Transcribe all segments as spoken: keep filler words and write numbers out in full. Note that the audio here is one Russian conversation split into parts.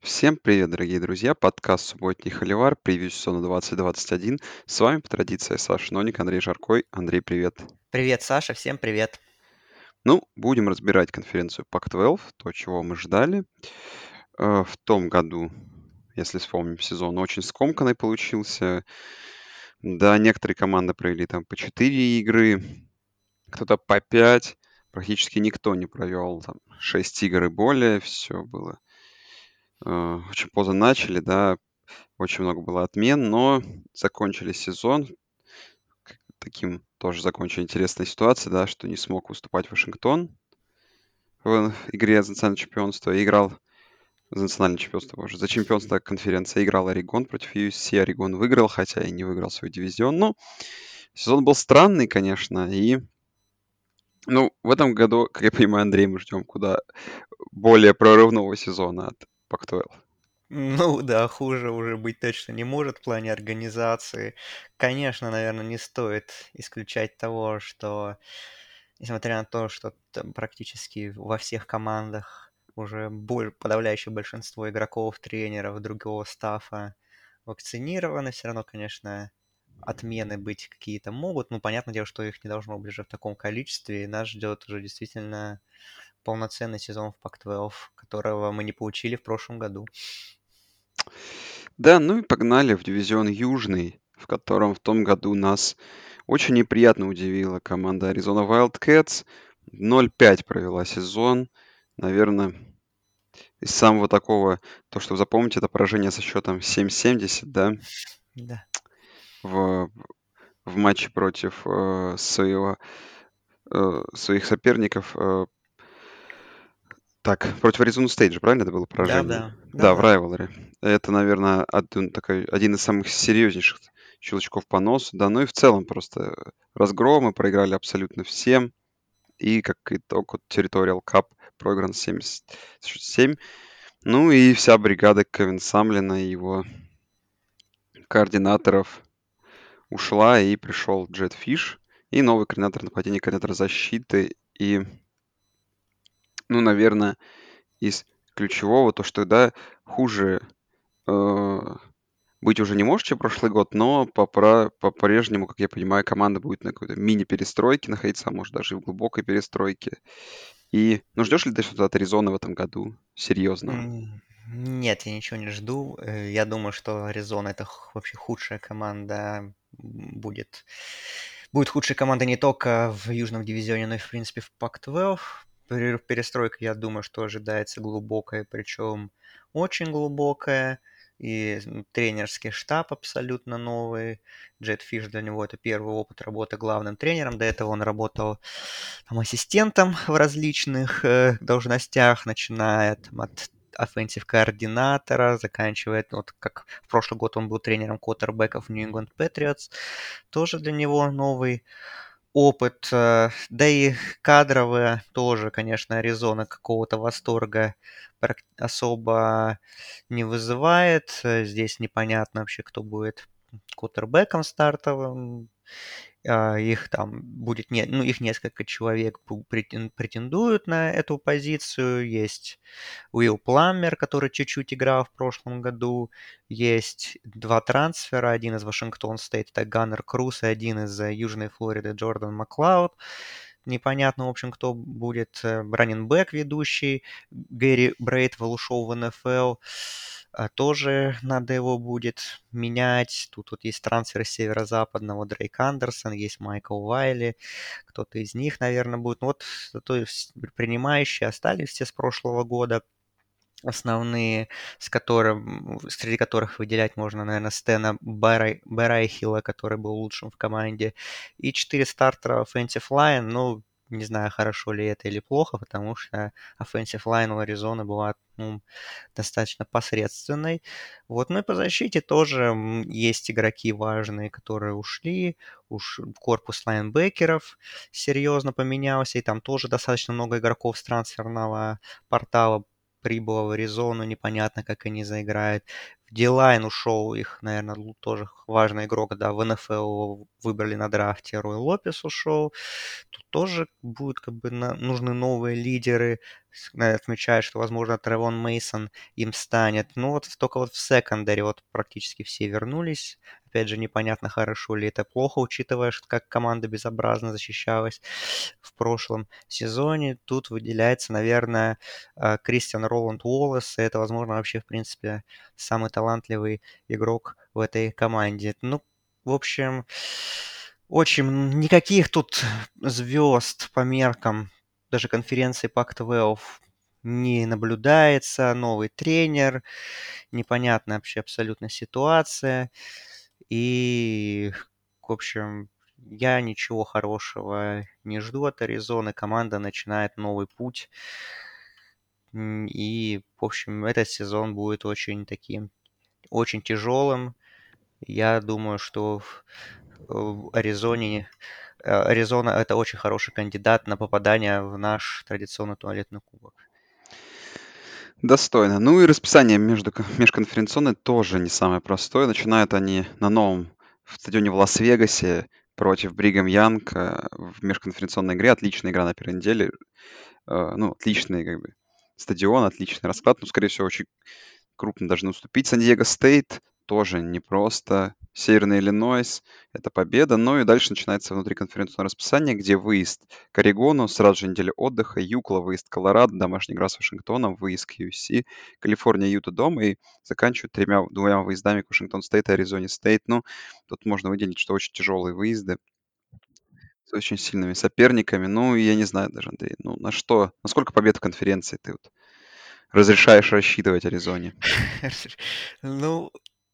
Всем привет, дорогие друзья! Подкаст «Субботний холивар», превью сезона двадцать двадцать один. С вами по традиции Саша Ноник, Андрей Жаркой. Андрей, привет! Привет, Саша, всем привет. Ну, будем разбирать конференцию пак двенадцать, то, чего мы ждали. Э, В том году, если вспомним сезон, очень скомканный получился. Да, некоторые команды провели там по четыре игры, кто-то по пять. Практически никто не провел там шесть игр и более. Все было э, очень поздно начали, да, очень много было отмен, но закончили сезон. К- Таким тоже закончили интересной ситуацией, да, что не смог выступать Вашингтон в игре за национальное чемпионство. Играл за национальное чемпионство, боже, за чемпионство конференции играл Орегон против ю эс си. Орегон выиграл, хотя и не выиграл свой дивизион. Но сезон был странный, конечно. И, ну, в этом году, как я понимаю, Андрей, мы ждем куда более прорывного сезона от пак двенадцать. Ну да, хуже уже быть точно не может в плане организации. Конечно, наверное, не стоит исключать того, что, несмотря на то, что там практически во всех командах уже боль- подавляющее большинство игроков, тренеров, другого стафа вакцинированы, все равно, конечно, отмены быть какие-то могут. Ну, понятное дело, что их не должно быть же в таком количестве, и нас ждет уже действительно полноценный сезон в пак двенадцать, которого мы не получили в прошлом году. Да, ну и погнали в дивизион Южный, в котором в том году нас очень неприятно удивила команда Arizona Wildcats. ноль пять провела сезон. Наверное, из самого такого, то, что вы запомните, это поражение со счетом семь семьдесят, да, Да. в, в матче против э, своего, э, своих соперников. э, так, против Arizona State же, правильно это было поражение? Да-да, Да, в да-да. Райвелре. Это, наверное, один, такой, один из самых серьезнейших щелчков по носу. Да, ну и в целом просто разгромы, проиграли абсолютно всем. И как итог, вот Territorial Cup проигран семьдесят семь. Ну и вся бригада Кевин Самлина и его координаторов ушла, и пришел Джет Фиш, и новый координатор нападения, координатор защиты. И, ну, наверное, из ключевого, то, что, да, хуже э, быть уже не может, чем прошлый год, но попра- по-прежнему, как я понимаю, команда будет на какой-то мини-перестройке находиться, а может даже и в глубокой перестройке. И, ну, ждешь ли ты что-то от Аризоны в этом году серьезного? М, Нет, я ничего не жду. Э, Я думаю, что Аризона это х- вообще худшая команда м, будет. Будет худшей командой не только в Южном дивизионе, но и, в принципе, в пак двенадцать. Пере- Перестройка, я думаю, что ожидается глубокая, причем очень глубокая. И м, тренерский штаб абсолютно новый. Джет Фиш для него это первый опыт работы главным тренером. До этого он работал там, ассистентом в различных э, должностях, начиная там, от offensive координатора, заканчивая, ну, вот как в прошлый год он был тренером квотербеков в New England Patriots, тоже для него новый опыт, э, да и кадровые тоже, конечно, Аризона какого-то восторга прак- особо не вызывает. Э, Здесь непонятно вообще, кто будет квотербеком стартовым. А, Их там будет, не, ну, их несколько человек пу- претен- претендуют на эту позицию. Есть Уилл Пламмер, который чуть-чуть играл в прошлом году. Есть два трансфера. Один из Вашингтон Стейт, это Ганнер Круз, и один из э, Южной Флориды Джордан Маклауд. Непонятно, в общем, кто будет раннинг-бэк ведущий. Гэри Брейтвелл ушел в эн эф эл. А, Тоже надо его будет менять. Тут вот есть трансфер из северо-западного. Дрейк Андерсон, есть Майкл Вайли. Кто-то из них, наверное, будет. Ну вот, то есть принимающие остались все с прошлого года. Основные, с которым, среди которых выделять можно, наверное, Стэна Бэрай- Бэрайхилла, который был лучшим в команде, и четыре стартера Offensive Line. Ну, не знаю, хорошо ли это или плохо, потому что Offensive Line у Аризоны была, ну, достаточно посредственной. Вот, ну и по защите тоже м, есть игроки важные, которые ушли. Уж корпус лайнбекеров серьезно поменялся, и там тоже достаточно много игроков с трансферного портала прибыло в Аризону, непонятно, как они заиграют. В Дилайн ушел их, наверное, тоже важный игрок, да, в эн эф эл его выбрали на драфте, Рой Лопес ушел. Тут тоже будут как бы на- нужны новые лидеры. отмечают, что, возможно, Тревон Мейсон им станет. Ну вот только вот в секондаре вот практически все вернулись. Опять же, непонятно, хорошо ли это плохо, учитывая, что как команда безобразно защищалась в прошлом сезоне. Тут выделяется, наверное, э, Кристиан Роланд Уоллес. И это, возможно, вообще, в принципе, самый талантливый игрок в этой команде. Ну, в общем, очень никаких тут звезд по меркам даже конференции пак двенадцать не наблюдается. Новый тренер, непонятная вообще абсолютно ситуация. И, в общем, я ничего хорошего не жду от Аризоны. Команда начинает новый путь. И, в общем, этот сезон будет очень таким, очень тяжелым. Я думаю, что в Аризоне, э, Аризона это очень хороший кандидат на попадание в наш традиционный туалетный кубок. Достойно. Ну и расписание между, межконференционное тоже не самое простое. Начинают они на новом в стадионе в Лас-Вегасе против Бригам Янг в межконференционной игре. Отличная игра на первой неделе. Ну, отличный как бы стадион, отличный расклад. Ну, скорее всего, очень крупно должны уступить. Сан-Диего Стейт тоже непросто. Северный Иллинойс — это победа. Ну и дальше начинается внутриконференционное расписание, где выезд к Орегону, сразу же неделя отдыха, Юкла, выезд к Колорадо, домашняя игра с Вашингтоном, выезд к ю эс си, Калифорния, Юта дома и заканчивают тремя, двумя выездами к Вашингтон Стейт и Аризоне Стейт. Ну, тут можно выделить, что очень тяжелые выезды с очень сильными соперниками. Ну, я не знаю даже, Андрей, ну на что, на сколько побед в конференции ты вот разрешаешь рассчитывать Аризоне? Ну,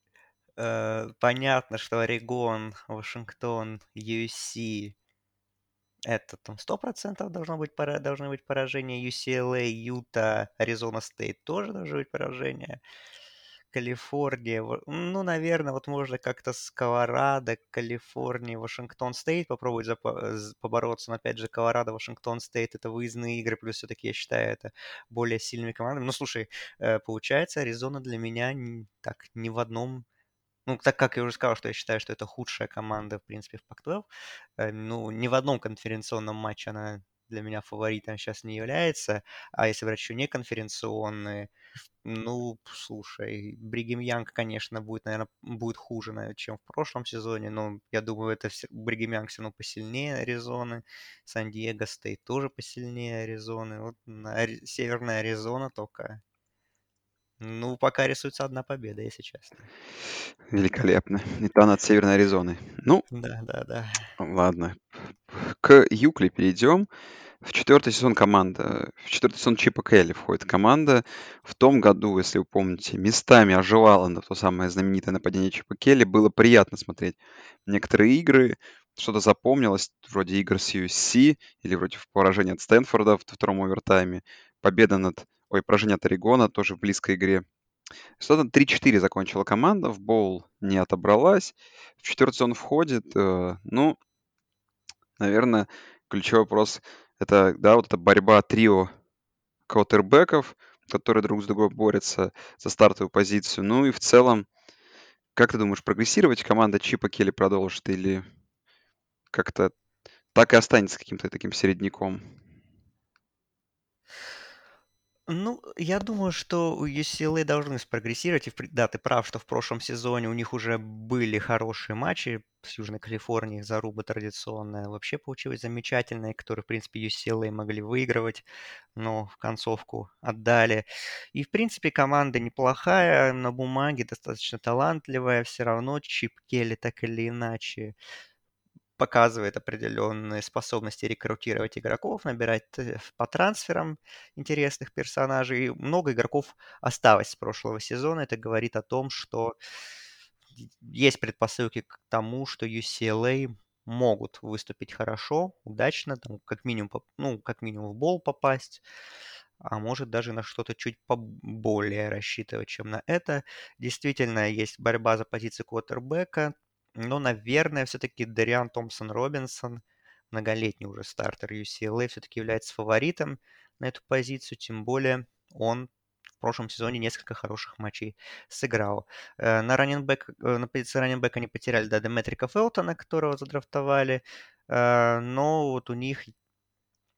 э, понятно, что Орегон, Вашингтон, ю эс си это там сто процентов должно быть, пора- должны быть поражения. ю си эл эй, Юта, Аризона Стейт тоже должны быть поражения. Калифорния, во- ну, наверное, вот можно как-то с Колорадо, Калифорния, Вашингтон Стейт попробовать запо- з- побороться. Но опять же, Колорадо, Вашингтон Стейт — это выездные игры, плюс все-таки я считаю это более сильными командами. Ну, слушай, э, получается, Аризона для меня н- так ни в одном. Ну, так как я уже сказал, что я считаю, что это худшая команда, в принципе, в пак двенадцать, э, ну, ни в одном конференционном матче она для меня фаворитом сейчас не является. А если брать еще не конференционные, ну, слушай, Бригем Янг, конечно, будет, наверное, будет хуже, наверное, чем в прошлом сезоне, но я думаю, это все, Бригем Янг все равно посильнее Аризоны, Сан-Диего Стейт тоже посильнее Аризоны, вот на Ари- Северная Аризона только, ну, пока рисуется одна победа, если честно. Великолепно. И та над Северной Аризоной. Ну, Да, да, да. ладно. К Юкле перейдем. В четвертый сезон команда, в четвертый сезон Чипа Келли входит команда. В том году, если вы помните, местами оживало на то самое знаменитое нападение Чипа Келли. Было приятно смотреть некоторые игры. Что-то запомнилось, вроде игр с ю эс си или вроде поражения от Стэнфорда в втором овертайме. Победа над... Ой, поражение от Орегона тоже в близкой игре. Что-то три-четыре закончила команда, в боул не отобралась. В четвертый сезон входит. э, Ну, наверное, ключевой вопрос — это, да, вот эта борьба трио квотербеков, которые друг с другом борются за стартовую позицию. Ну и в целом, как ты думаешь, прогрессировать команда Чипа Келли продолжит или как-то так и останется каким-то таким середняком? Ну, я думаю, что у ю си эл эй должны спрогрессировать. И, в при- да, ты прав, что в прошлом сезоне у них уже были хорошие матчи с Южной Калифорнией, их заруба традиционная. Вообще получилось замечательная, которые, в принципе, ю си эл эй могли выигрывать, но в концовку отдали. И, в принципе, команда неплохая, на бумаге достаточно талантливая. Все равно Чип Келли так или иначе показывает определенные способности рекрутировать игроков, набирать т- по трансферам интересных персонажей. И много игроков осталось с прошлого сезона. Это говорит о том, что есть предпосылки к тому, что ю си эл эй могут выступить хорошо, удачно, там, как минимум, поп- ну, как минимум в бол попасть, а может даже на что-то чуть поболее рассчитывать, чем на это. Действительно, есть борьба за позицию квотербека, но, наверное, все-таки Дариан Томпсон-Робинсон, многолетний уже стартер ю си эл эй, все-таки является фаворитом на эту позицию, тем более он в прошлом сезоне несколько хороших матчей сыграл. Э, На раненбэк, э, на позиции раненбека они потеряли, да, Деметрика Фелтона, которого задрафтовали, э, но вот у них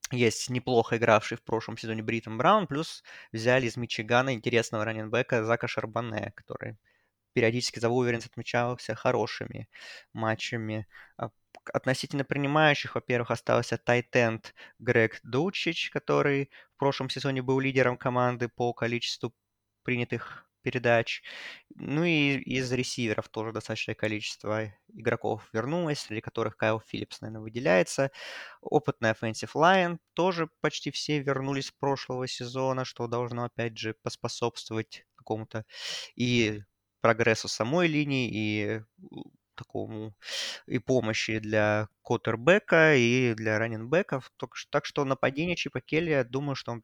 Есть неплохо игравший в прошлом сезоне Бриттон Браун, плюс взяли из Мичигана интересного раненбека Зака Шарбане, который периодически за Вулверинс отмечался хорошими матчами. А, Относительно принимающих, во-первых, остался тайтенд Грег Дучич, который в прошлом сезоне был лидером команды по количеству принятых передач. Ну и из ресиверов тоже достаточное количество игроков вернулось, среди которых Кайл Филлипс, наверное, выделяется. Опытный offensive line тоже почти все вернулись с прошлого сезона, что должно, опять же, поспособствовать какому-то и прогрессу самой линии, и у, такому и помощи для квотербека, и для раненбеков. Так, ш- так что нападение Чипа Келли, я думаю, что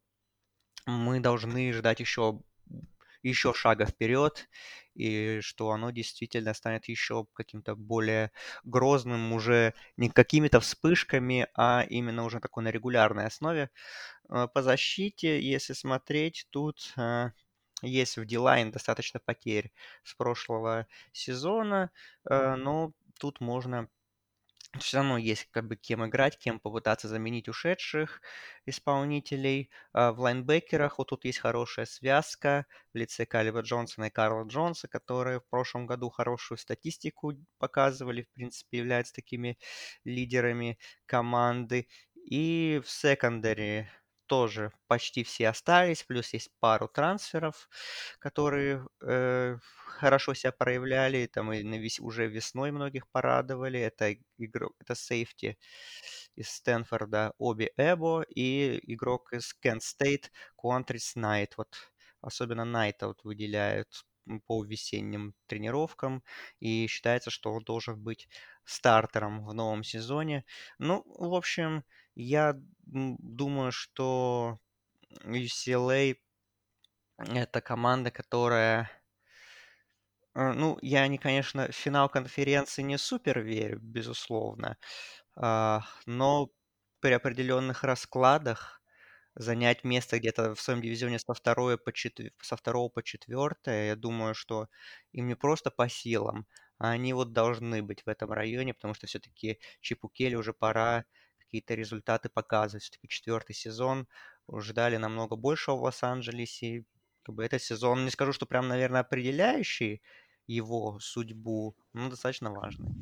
мы должны ждать еще, еще шага вперед, и что оно действительно станет еще каким-то более грозным, уже не какими-то вспышками, а именно уже такой на регулярной основе. Э, По защите, если смотреть, тут э, есть в D-Line достаточно потерь с прошлого сезона, э, но тут можно все равно есть как бы кем играть, кем попытаться заменить ушедших исполнителей. А в лайнбекерах вот тут есть хорошая связка в лице Калиба Джонсона и Карла Джонса, которые в прошлом году хорошую статистику показывали, в принципе, являются такими лидерами команды. И в секондаре тоже почти все остались, плюс есть пару трансферов, которые э, хорошо себя проявляли, там и на вес- уже весной многих порадовали. Это игрок, это сейфти из Стэнфорда Оби Эбо и игрок из Кент Стейт Куантрис Найт. Вот особенно Найта вот выделяют м, по весенним тренировкам, и считается, что он должен быть стартером в новом сезоне. Ну, в общем, я м, думаю, что ю си эл эй это команда, которая Э, ну, я не, конечно, в финал конференции не супер верю, безусловно, а, но при определенных раскладах занять место где-то в своем дивизионе со, второе по четв- со второго по четвертое, я думаю, что им не просто по силам, а они вот должны быть в этом районе, потому что все-таки Чипу Келли уже пора какие-то результаты показывать. Все-таки четвертый сезон ждали намного большего в Лос-Анджелесе. И как бы этот сезон, не скажу, что прям, наверное, определяющий его судьбу, но достаточно важный.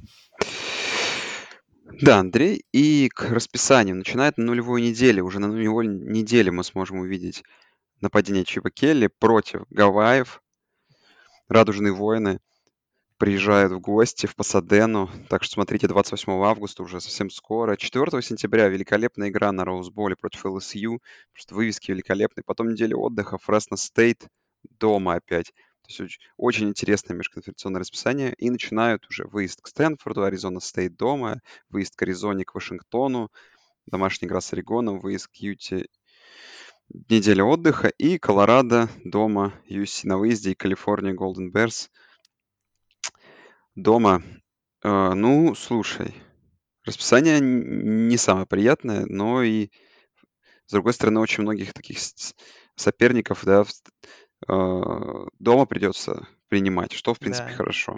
Да, Андрей, и к расписанию. Начинает на нулевой неделе. Уже на нулевой неделе мы сможем увидеть нападение Чипа Келли против Гавайев. Радужные воины приезжают в гости в Пасадену. Так что смотрите, двадцать восьмого августа уже совсем скоро. четвёртого сентября великолепная игра на Роузболе против эл эс ю. Просто вывески великолепные. Потом неделя отдыха. Фресно Стейт дома опять. То есть оч- очень интересное межконференционное расписание. И начинают уже выезд к Стэнфорду, Аризона Стейт дома, выезд к Аризоне, к Вашингтону, домашняя игра с Орегоном, выезд к Юте, неделя отдыха и Колорадо дома, ю эс си на выезде и Калифорния Голден Берс дома. Э, ну, слушай, расписание н- не самое приятное, но и, с другой стороны, очень многих таких с- с- соперников, да, в- э, дома придется принимать, что, в принципе, Да. хорошо.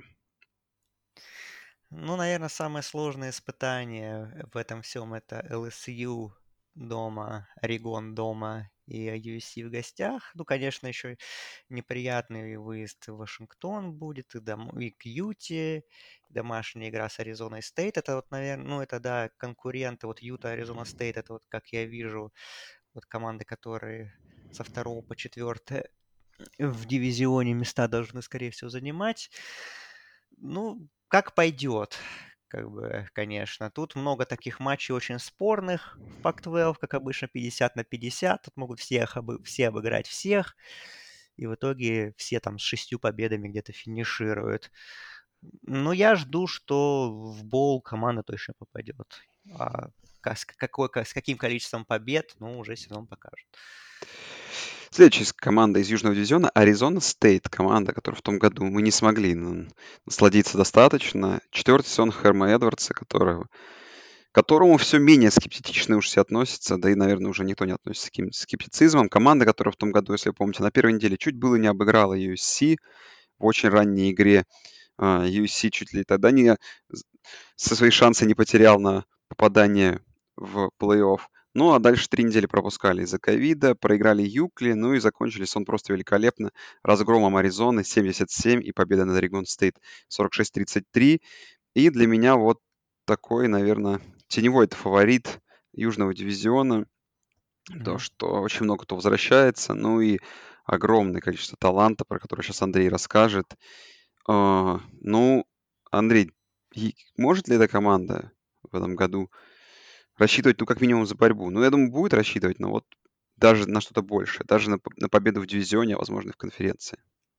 Ну, наверное, самое сложное испытание в этом всем это эл эс ю дома, Орегон дома и ю эс си в гостях. Ну, конечно, еще неприятный выезд в Вашингтон будет и, дом... и к Юте, и домашняя игра с Аризоной Стейт. Это вот, наверное, ну, это, да, конкуренты. Вот Юта, Аризона Стейт, это вот, как я вижу, вот команды, которые со второго по четвертое в дивизионе места должны, скорее всего, занимать. Ну, как пойдет, как бы, конечно. Тут много таких матчей очень спорных в пак двенадцать, как обычно, пятьдесят на пятьдесят. Тут могут всех, обы- все обыграть всех. И в итоге все там с шестью победами где-то финишируют. Но я жду, что в боул команда точно попадет. А ка- с, какой, ка- с каким количеством побед, ну, уже сезон покажет. Следующая команда из Южного дивизиона — Аризона Стейт. Команда, которая в том году мы не смогли н- насладиться достаточно. Четвертый сезон Хэрма Эдвардса, которого к которому все менее скептично уж все относятся, да и, наверное, уже никто не относится с таким скептицизмом. Команда, которая в том году, если вы помните, на первой неделе чуть было не обыграла ю эс си в очень ранней игре. А, ю эс си чуть ли тогда не, со свои шансы не потерял на попадание в плей-офф. Ну, а дальше три недели пропускали из-за ковида, проиграли Юкли, ну и закончили сезон просто великолепно. Разгромом Аризоны семьдесят семь и победа над Орегон Стейт сорок шесть тридцать три. И для меня вот такой, наверное, теневой это фаворит Южного дивизиона. То, Мгм. что очень много кто возвращается, ну и огромное количество таланта, про которое сейчас Андрей расскажет. А, ну, Андрей, и может ли эта команда в этом году рассчитывать, ну, как минимум, за борьбу? Ну, я думаю, будет рассчитывать, но вот даже на что-то большее, даже на, п- на победу в дивизионе, а возможно, и в конференции.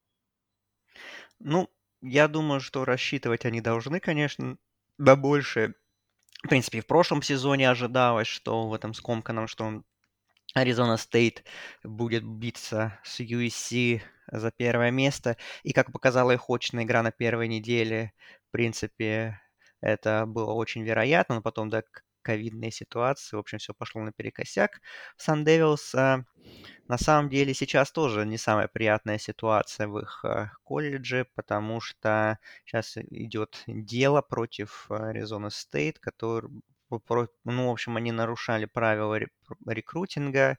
Ну, я думаю, что рассчитывать они должны, конечно, на большее. В принципе, и в прошлом сезоне ожидалось, что в этом скомканном, что Аризона Стейт будет биться с ю эс си за первое место. И как показала их очная игра на первой неделе, в принципе, это было очень вероятно, но потом, да, к- ковидные ситуации, в общем, все пошло наперекосяк. Сан Девилс, а, на самом деле, сейчас тоже не самая приятная ситуация в их а, колледже, потому что сейчас идет дело против Аризона Стейт, который, по- ну, в общем, они нарушали правила ре- рекрутинга,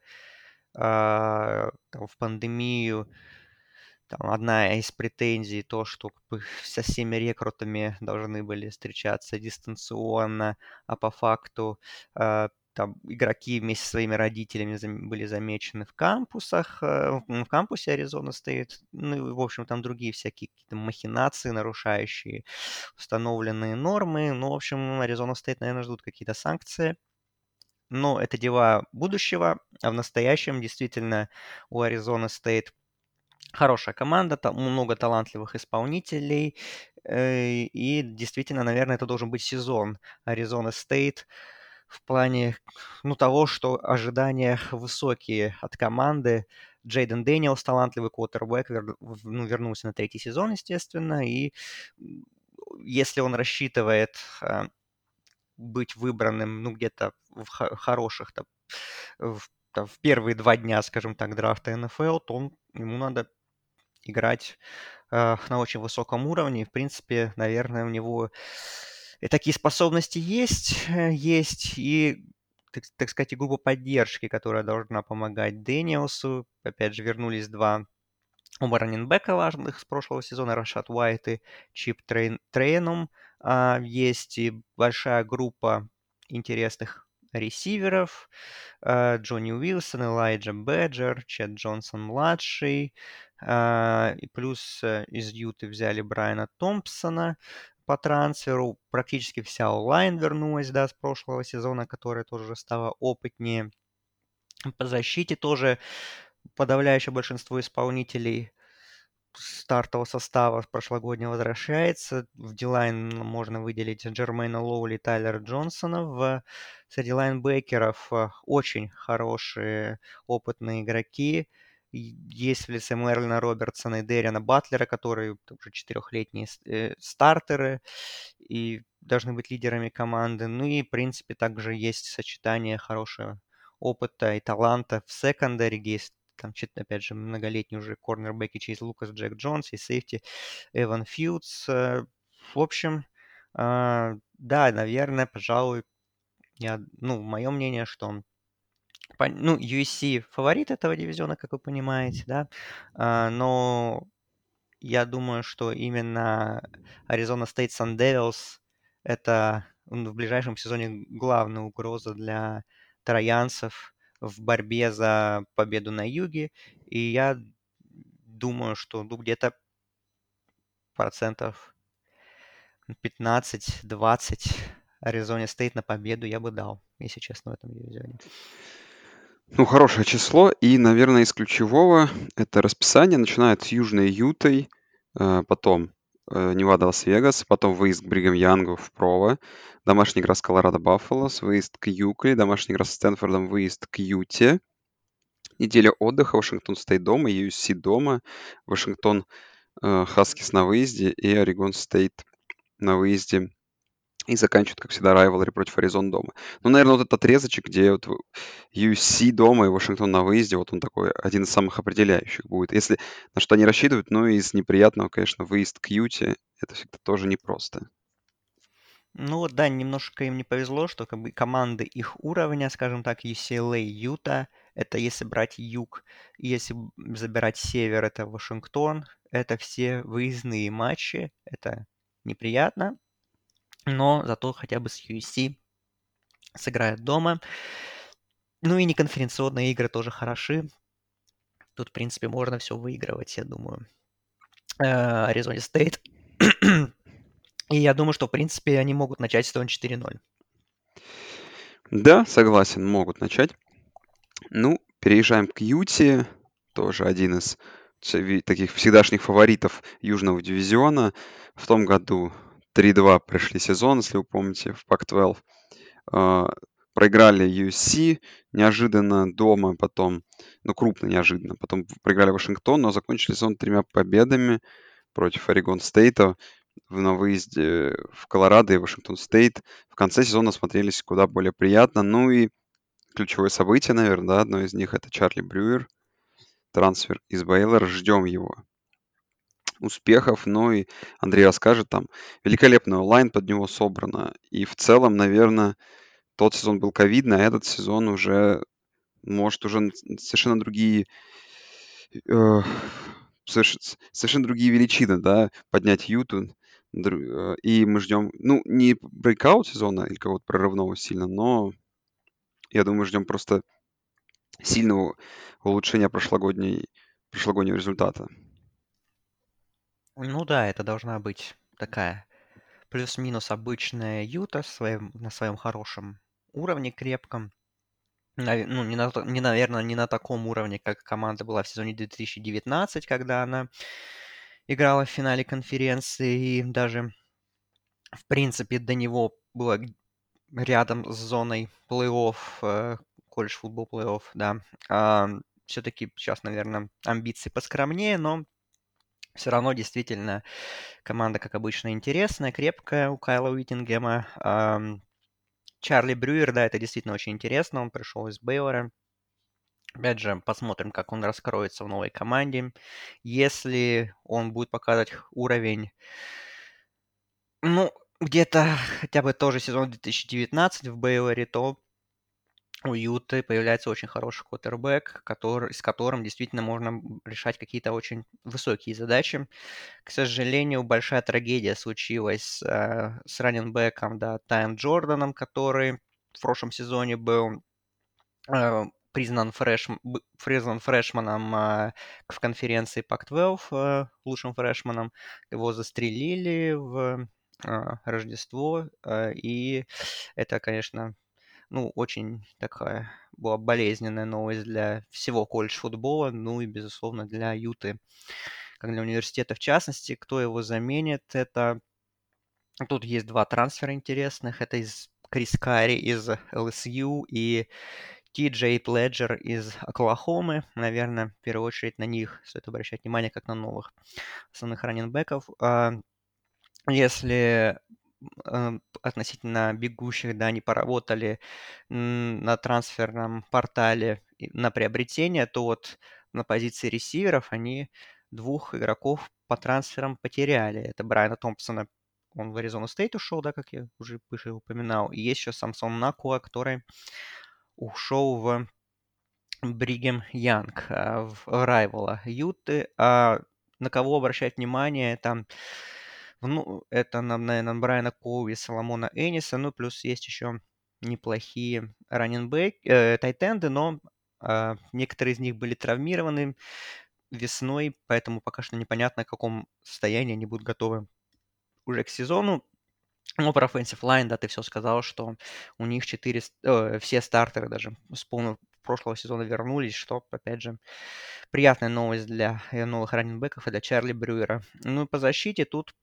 а, там, в пандемию. Там одна из претензий то, что как бы со всеми рекрутами должны были встречаться дистанционно, а по факту а, там игроки вместе со своими родителями зам- были замечены в кампусах, э, в в кампусе Аризона стоит, ну и, в общем, там другие всякие какие-то махинации, нарушающие установленные нормы. Ну, в общем, Аризона стоит, наверное, ждут какие-то санкции. Но это дела будущего, а в настоящем действительно у Аризона стоит хорошая команда, там много талантливых исполнителей, э, и действительно, наверное, это должен быть сезон Аризона Стейт в плане, ну, того, что ожидания высокие от команды. Джейден Дэниелс, талантливый квотербек, вер- в- ну, вернулся на третий сезон, естественно, и м, если он рассчитывает а, быть выбранным, ну, где-то в хо- хороших, там, в, там, в первые два дня, скажем так, драфта эн эф эл, то он, ему надо играть э, на очень высоком уровне. И, в принципе, наверное, у него и такие способности есть, э, есть и, так, так сказать, и группа поддержки, которая должна помогать Дэниелсу. Опять же, вернулись два оба раненбека важных с прошлого сезона, Рашад Уайт и Чип Трейн, Трейном. А, есть и большая группа интересных ресиверов. а, Джонни Уилсон, Элайджа Бэджер, Чет Джонсон-младший. а, И плюс э, из Юты взяли Брайана Томпсона по трансферу. Практически вся онлайн вернулась, да, с прошлого сезона, которая тоже уже стала опытнее. По защите тоже подавляющее большинство исполнителей стартового состава прошлогоднего возвращается. В Дилайн можно выделить Джермейна Лоули и Тайлера Джонсона. В, среди лайнбекеров э, очень хорошие опытные игроки. И есть в лице Мерлина Робертсона и Дэриана Батлера, которые уже четырехлетние э, стартеры и должны быть лидерами команды. Ну и, в принципе, также есть сочетание хорошего опыта и таланта в секондаре, где есть там, чет- опять же, многолетний уже корнербэк и Чейз Лукас, Джек Джонс и сейфти Эван Филдс. Э, В общем, а, да, наверное, пожалуй, я, ну, мое мнение, что он, пон- ну, ю эс си фаворит этого дивизиона, как вы понимаете, да, а, но я думаю, что именно Arizona State Sun Devils — это м, в ближайшем сезоне главная угроза для троянцев в борьбе за победу на юге. И я думаю, что ну, где-то процентов пятнадцать-двадцать Аризоне Стейт на победу я бы дал, если честно, в этом дивизионе. Ну, хорошее число. И, наверное, из ключевого это расписание. Начинает с Южной Ютой, э, потом э, Невада Лас-Вегас, потом выезд к Бригам Янгу в Прово, домашняя игра с Колорадо Баффалос, выезд к Юкли, домашняя игра с Стэнфордом, выезд к Юте, неделя отдыха, Вашингтон Стейт дома, ю эс си дома, Вашингтон э, Хаскис на выезде и Орегон Стейт на выезде. И заканчивают, как всегда, райвелри против Аризон дома. Ну, наверное, вот этот отрезочек, где вот ю эс си дома и Вашингтон на выезде, вот он такой один из самых определяющих будет. Если на что они рассчитывают, ну, из неприятного, конечно, выезд к Юте, это всегда тоже непросто. Ну вот, да, немножко им не повезло, что как бы команды их уровня, скажем так, ю си эл эй, Юта, это если брать юг, и если б- забирать север, это Вашингтон, это все выездные матчи, это неприятно, но зато хотя бы с ю эс си сыграют дома. Ну и неконференционные игры тоже хороши. Тут, в принципе, можно все выигрывать, я думаю. Аризоне Стейт. И я думаю, что, в принципе, они могут начать сезон четыре ноль. Да, согласен, могут начать. Ну, переезжаем к Юте. Тоже один из ц- ви- таких всегдашних фаворитов Южного дивизиона. В том году три-два прошли сезон, если вы помните, в пак двенадцать. А, Проиграли ю эс си неожиданно дома, потом, ну, крупно неожиданно. Потом проиграли Вашингтон, но закончили сезон тремя победами против Орегон Стейта в- на выезде в Колорадо и Вашингтон Стейт. В конце сезона смотрелись куда более приятно. Ну и ключевое событие, наверное, да, одно из них — это Чарли Брюер, трансфер из Бейлора. Ждем его успехов. Ну и Андрей расскажет, там великолепный онлайн под него собрано. И в целом, наверное, тот сезон был ковидный, а этот сезон уже, может, уже н- совершенно другие, э, соверш- совершенно другие величины, да, поднять Юту. Дру- э, И мы ждем, ну, не брейкаут сезона или какого-то прорывного сильно, но я думаю, ждем просто сильного улучшения прошлогодней, прошлогоднего результата. Ну да, это должна быть такая плюс-минус обычная Юта своим, на своем хорошем уровне крепком. Наве- Ну, не, на, то- не, наверное, не на таком уровне, как команда была в сезоне две тысячи девятнадцать, когда она играла в финале конференции и даже, в принципе, до него было г- рядом с зоной плей-офф, э, колледж футбол плей-офф, да. Все-таки сейчас, наверное, амбиции поскромнее, но все равно действительно команда, как обычно, интересная, крепкая у Кайла Уиттингема. Ам, Чарли Брюер, да, это действительно очень интересно. Он пришел из Бейлора. Опять же, посмотрим, как он раскроется в новой команде. Если он будет показывать уровень, ну, где-то хотя бы тоже сезон две тысячи девятнадцать в Бейлоре, то у Юты появляется очень хороший квотербек, который, с которым действительно можно м, решать какие-то очень высокие задачи. К сожалению, большая трагедия случилась э, с раненбеком, да, Тайм Джорданом, который в прошлом сезоне был э, признан, фреш, б- признан фрешманом э, в конференции пак двенадцать, э, лучшим фрешманом. Его застрелили в э, Рождество, э, и это, конечно, ну, очень такая была болезненная новость для всего колледж-футбола, ну и, безусловно, для Юты, как для университета в частности. Кто его заменит, это... Тут есть два трансфера интересных. Это из Крис Карри из эл эс ю и Ти Джей Пледжер из Оклахомы. Наверное, в первую очередь на них стоит обращать внимание, как на новых основных раненбеков. А, Если э, относительно бегущих, да, они поработали м, на трансферном портале и на приобретение, то вот на позиции ресиверов они двух игроков по трансферам потеряли. Это Брайана Томпсона, он в Аризону Стейт ушел, да, как я уже выше упоминал. И есть еще Самсон Накуа, который ушел в Бригем Янг, а, в райвала Юты. А на кого обращать внимание, там, ну, это, наверное, Брайана Коуи, Соломона Эниса, ну, плюс есть еще неплохие раненбэк, э, тайтенды, но а, некоторые из них были травмированы весной, поэтому пока что непонятно, в каком состоянии они будут готовы уже к сезону. Ну, про offensive line, да, ты все сказал, что у них четыре, ст- э, все стартеры даже с полного прошлого сезона вернулись, что, опять же, приятная новость для э, новых раненбеков и для Чарли Брюера. Ну и по защите тут,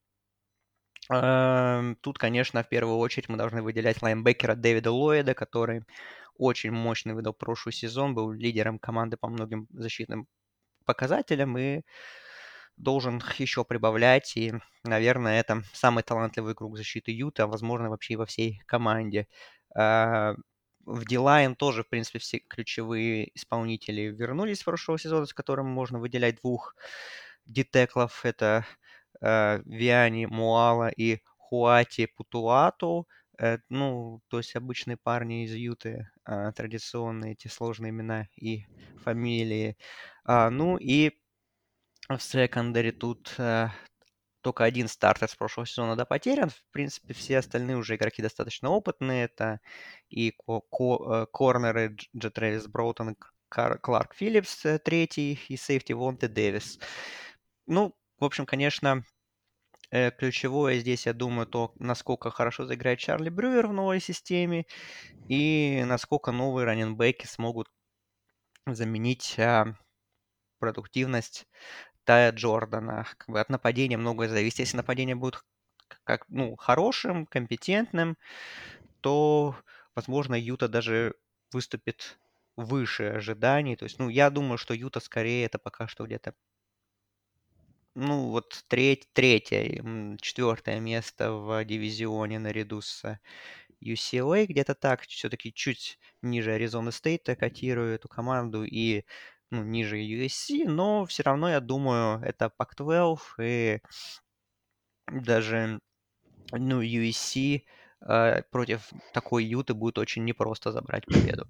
эм, тут, конечно, в первую очередь мы должны выделять лайнбекера Дэвида Ллойда, который очень мощный выдал прошлый сезон, был лидером команды по многим защитным показателям и должен еще прибавлять. И, наверное, это самый талантливый круг защиты Юта, а возможно, вообще и во всей команде. А, В D-Line тоже, в принципе, все ключевые исполнители вернулись с прошлого сезона, с которым можно выделять двух дитеклов. Это э, Виани Муала и Хуати Путуату. Э, ну, то есть обычные парни из Юты, а, традиционные эти сложные имена и фамилии. А, ну и в секондаре тут э, только один стартер с прошлого сезона, да, потерян. В принципе, все остальные уже игроки достаточно опытные. Это и ко- ко- э, корнеры Дж- Джетревис Броутон, Кар- Кларк Филлипс, э, третий, и сейфти Вонте Дэвис. Ну, в общем, конечно, э, ключевое здесь, я думаю, то, насколько хорошо заиграет Чарли Брюер в новой системе и насколько новые раненбеки смогут заменить а, продуктивность Тая Джордана. Как бы от нападения многое зависит. Если нападение будет к- как, ну, хорошим, компетентным, то, возможно, Юта даже выступит выше ожиданий. То есть, ну, я думаю, что Юта скорее это пока что где-то, ну, вот треть, третье, м, четвертое место в дивизионе наряду с ю си эл эй, где-то так, все-таки чуть ниже Аризоны Стейта котирую эту команду и ну, ниже ю эс си, но все равно, я думаю, это пак двенадцать и даже ну, ю эс си э, против такой Юты будет очень непросто забрать победу.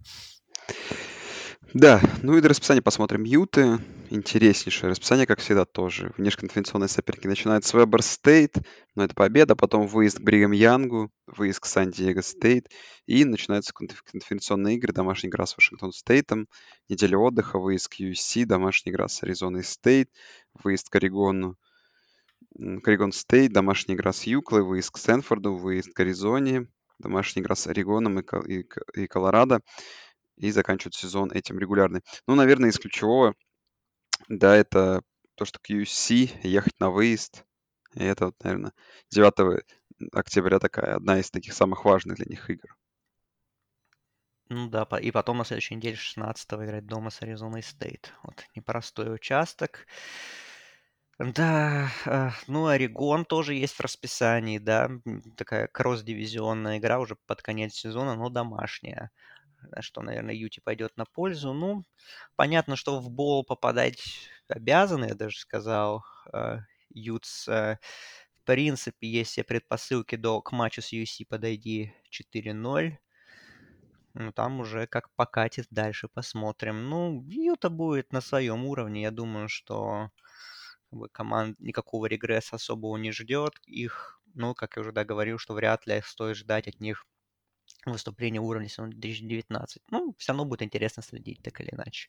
Да, ну и до расписания посмотрим. Юты. Интереснейшее расписание, как всегда, тоже. Внешнеконференционные соперники начинают с Вебер Стейт, но это победа, потом выезд к Бригам Янгу, выезд к Сан-Диего Стейт, и начинаются конф- конференционные игры, домашняя игра с Вашингтон Стейтом, неделя отдыха, выезд к ю эс си, домашняя игра с Аризоной Стейт, выезд к Орегону, м, к Орегон Стейт, домашняя игра с Юклой, выезд к Стэнфорду, выезд к Аризоне, домашняя игра с Орегоном и, Ко- и К- и Колорадо, и заканчивают сезон этим регулярный. Ну, наверное, из ключевого, да, это то, что к ю эс си ехать на выезд. И это, вот, наверное, девятого октября такая, одна из таких самых важных для них игр. Ну да, по- и потом на следующей неделе шестнадцатого играть дома с Аризоной Стейт. Вот непростой участок. Да, э, ну Орегон тоже есть в расписании, да, м, такая кросс-дивизионная игра уже под конец сезона, но домашняя, э, что, наверное, Юти пойдет на пользу. Ну, понятно, что в бол попадать обязаны, я даже сказал. Э, Ютс, э, в принципе, есть все предпосылки до, к матчу с ю эс си подойди четыре ноль. Ну, там уже как покатит дальше, посмотрим. Ну, Юта будет на своем уровне. Я думаю, что как бы, команд никакого регресса особого не ждет. Их, ну, как я уже да, говорил, что вряд ли стоит ждать от них выступления уровня сезона две тысячи девятнадцать. Ну, все равно будет интересно следить, так или иначе.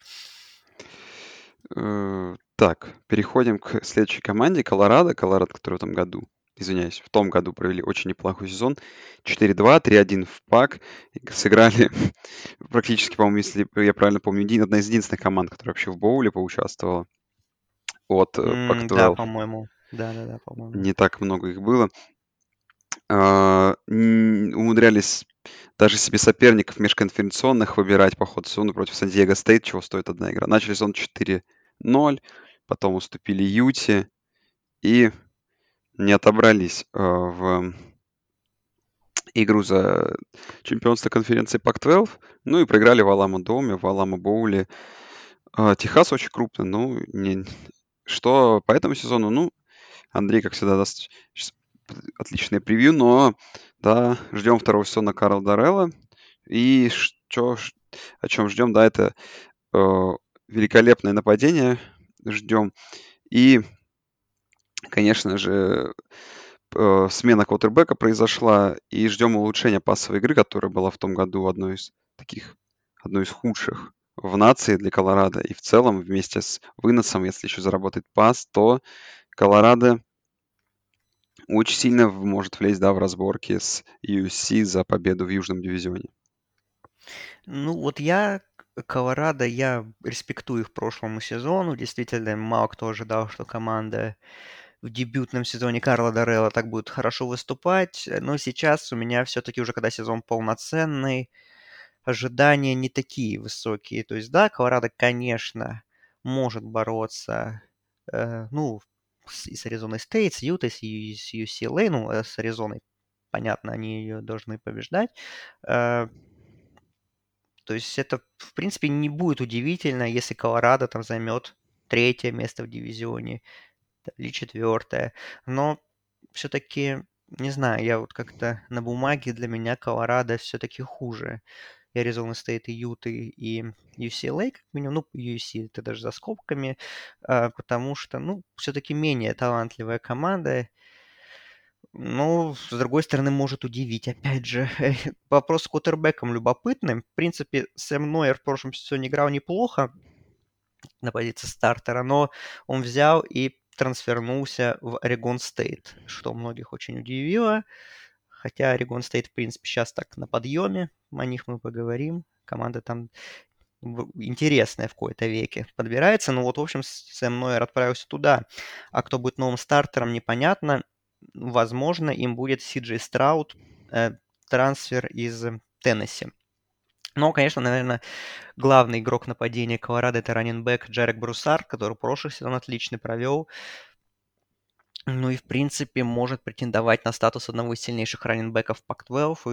Э, Так, переходим к следующей команде. Колорадо. Колорадо, который в этом году, извиняюсь, в том году провели очень неплохой сезон. четыре два, три один в пак. И сыграли практически, по-моему, если я правильно помню, един- одна из единственных команд, которая вообще в боуле поучаствовала от э, М, да, пак двенадцать. по-моему. Да-да-да, по-моему. Не так много их было. А, м, умудрялись даже себе соперников межконференционных выбирать по ходу сезона против Сан-Диего Стейт, чего стоит одна игра. Начали сезон четыре ноль, потом уступили Юте и не отобрались а, в игру за чемпионство конференции пак двенадцать. Ну и проиграли в Алама Доме, в Алама Боуле. А, Техас очень крупный, ну, не... что по этому сезону, ну, Андрей, как всегда, даст щас отличное превью, но, да, ждем второго сезона Карла Даррелла. И что, о чем ждем, да, это э, великолепное нападение ждем. И, конечно же, э, смена квотербека произошла, и ждем улучшения пассовой игры, которая была в том году одной из таких, одной из худших в нации для Колорадо. И в целом, вместе с выносом, если еще заработает пас, то Колорадо очень сильно в- может влезть, да, в разборки с ю эс си за победу в Южном дивизионе. Ну, вот я, к- Колорадо, я респектую их прошлому сезону. Действительно, мало кто ожидал, что команда в дебютном сезоне Карла Даррелла так будет хорошо выступать. Э, Но сейчас у меня все-таки уже, когда сезон полноценный, ожидания не такие высокие. То есть, да, Колорадо, конечно, может бороться, э, ну, с, и с Аризоной Стейт, с Ютой, с, Ю- с ю си эл эй, ну, э, с Аризоной, понятно, они ее должны побеждать. Э, то есть это, в принципе, не будет удивительно, если Колорадо там займет третье место в дивизионе или четвертое. Но все-таки не знаю, я вот как-то на бумаге для меня Колорадо все-таки хуже и Аризона Стейт, и Юты, и ю си эл эй, как минимум, ну, ю си это даже за скобками, а, потому что, ну, все-таки менее талантливая команда. Ну, с другой стороны, может удивить. Опять же, вопрос с квотербеком любопытный. В принципе, Сэм Нойер в прошлом сезоне играл неплохо на позиции стартера, но он взял и трансфернулся в Орегон Стейт, что многих очень удивило. Хотя Орегон Стейт, в принципе, сейчас так на подъеме, о них мы поговорим. Команда там в- интересная в кои-то веке подбирается. Ну вот, в общем, с- Сэм Нойер отправился туда. А кто будет новым стартером, непонятно. Возможно, им будет Си Джей Страуд, э, трансфер из Теннесси. Но, конечно, наверное, главный игрок нападения Колорадо — это раннинбэк Джерек Бруссард, который прошлый сезон отлично провел. Ну и, в принципе, может претендовать на статус одного из сильнейших раннинбэков пак двенадцать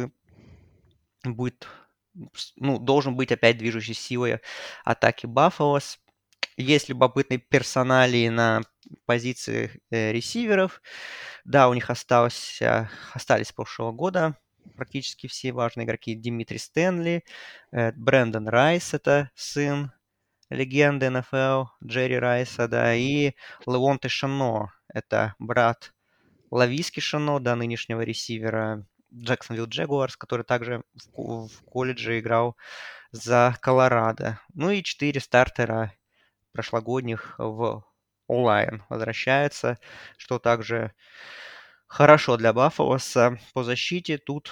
и будет, ну, должен быть опять движущей силой атаки Баффалос. Есть любопытные персоналии на позиции э, ресиверов. Да, у них осталось, э, остались с прошлого года практически все важные игроки. Димитри Стэнли, э, Брэндон Райс, это сын легенды эн эф эл, Джерри Райса, да, и Левонте Шано, это брат Лависки Шано, да, нынешнего ресивера Джексонвилл Джегуарс, который также в, ко- в колледже играл за Колорадо. Ну и четыре стартера прошлогодних в онлайн возвращается, что также хорошо для Баффалоса. По защите тут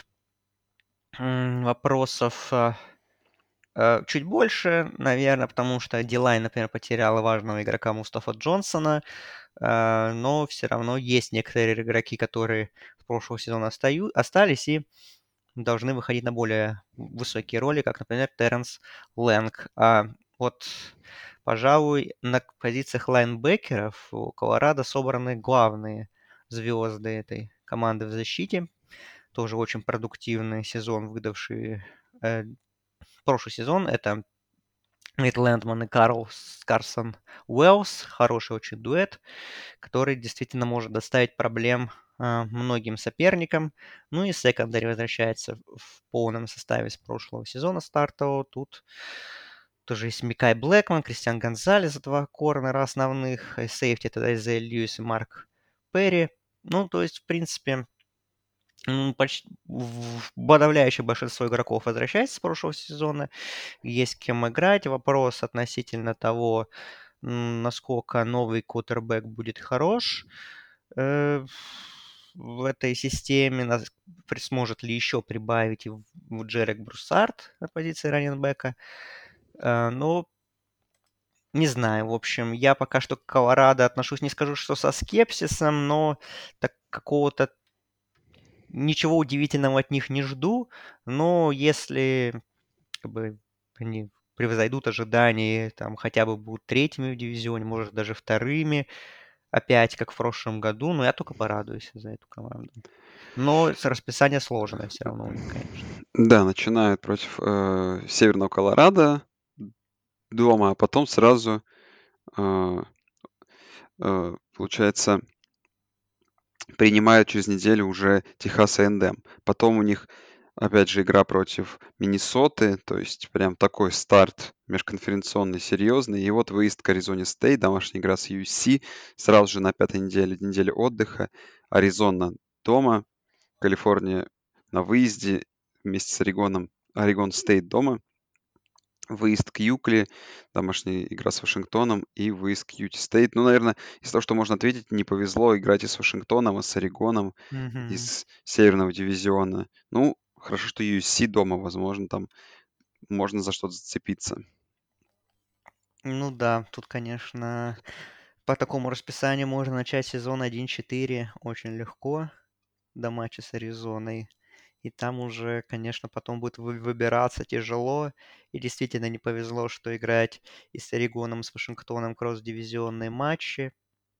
м, вопросов э, э, чуть больше, наверное, потому что Дилайн, например, потеряла важного игрока Мустафа Джонсона, э, но все равно есть некоторые игроки, которые с прошлого сезона остаю, остались и должны выходить на более высокие роли, как, например, Терренс Лэнг. А вот, пожалуй, на позициях лайнбекеров у Колорадо собраны главные звезды этой команды в защите. Тоже очень продуктивный сезон, выдавший э, прошлый сезон. Это Нейт Лэндман и Карл Карсон Уэллс. Хороший очень дуэт, который действительно может доставить проблем а, многим соперникам. Ну и секондари возвращается в в полном составе с прошлого сезона стартового. Тут тоже есть Микай Блэкман, Кристиан Гонзалес, два корнера основных, и сейфти это Айзея Льюис и Марк Перри. Ну, то есть, в принципе, м, почти в- подавляющее большинство игроков возвращается с прошлого сезона. Есть кем играть. Вопрос относительно того, м, насколько новый квотербек будет хорош э, в этой системе, нас- при- сможет ли еще прибавить и в в Джерек Бруссард на позиции раненбека. Э, Но не знаю, в общем, я пока что к Колорадо отношусь, не скажу, что со скепсисом, но так какого-то ничего удивительного от них не жду. Но если как бы они превзойдут ожидания, там хотя бы будут третьими в дивизионе, может даже вторыми, опять как в прошлом году, но я только порадуюсь за эту команду. Но с расписание сложное все равно у них, конечно. Да, начинают против э, Северного Колорадо дома, а потом сразу, э, э, получается, принимают через неделю уже Техас A and M. Потом у них, опять же, игра против Миннесоты, то есть прям такой старт межконференционный, серьезный. И вот выезд к Аризоне Стейт, домашняя игра с ю эс си, сразу же на пятой неделе, неделе отдыха. Аризона дома, Калифорния на выезде вместе с Орегоном, Орегон Стейт дома. Выезд к Юкли, домашняя игра с Вашингтоном и выезд к Юти Стейт. Ну, наверное, из того, что можно ответить, не повезло играть и с Вашингтоном, и с Орегоном Мгм. из Северного дивизиона. Ну, хорошо, что ю эс си дома, возможно, там можно за что-то зацепиться. Ну да, тут, конечно, по такому расписанию можно начать сезон один четыре очень легко до матча с Аризоной. И там уже, конечно, потом будет вы- выбираться тяжело. И действительно не повезло, что играть и с Орегоном, и с Вашингтоном кросс-дивизионные матчи.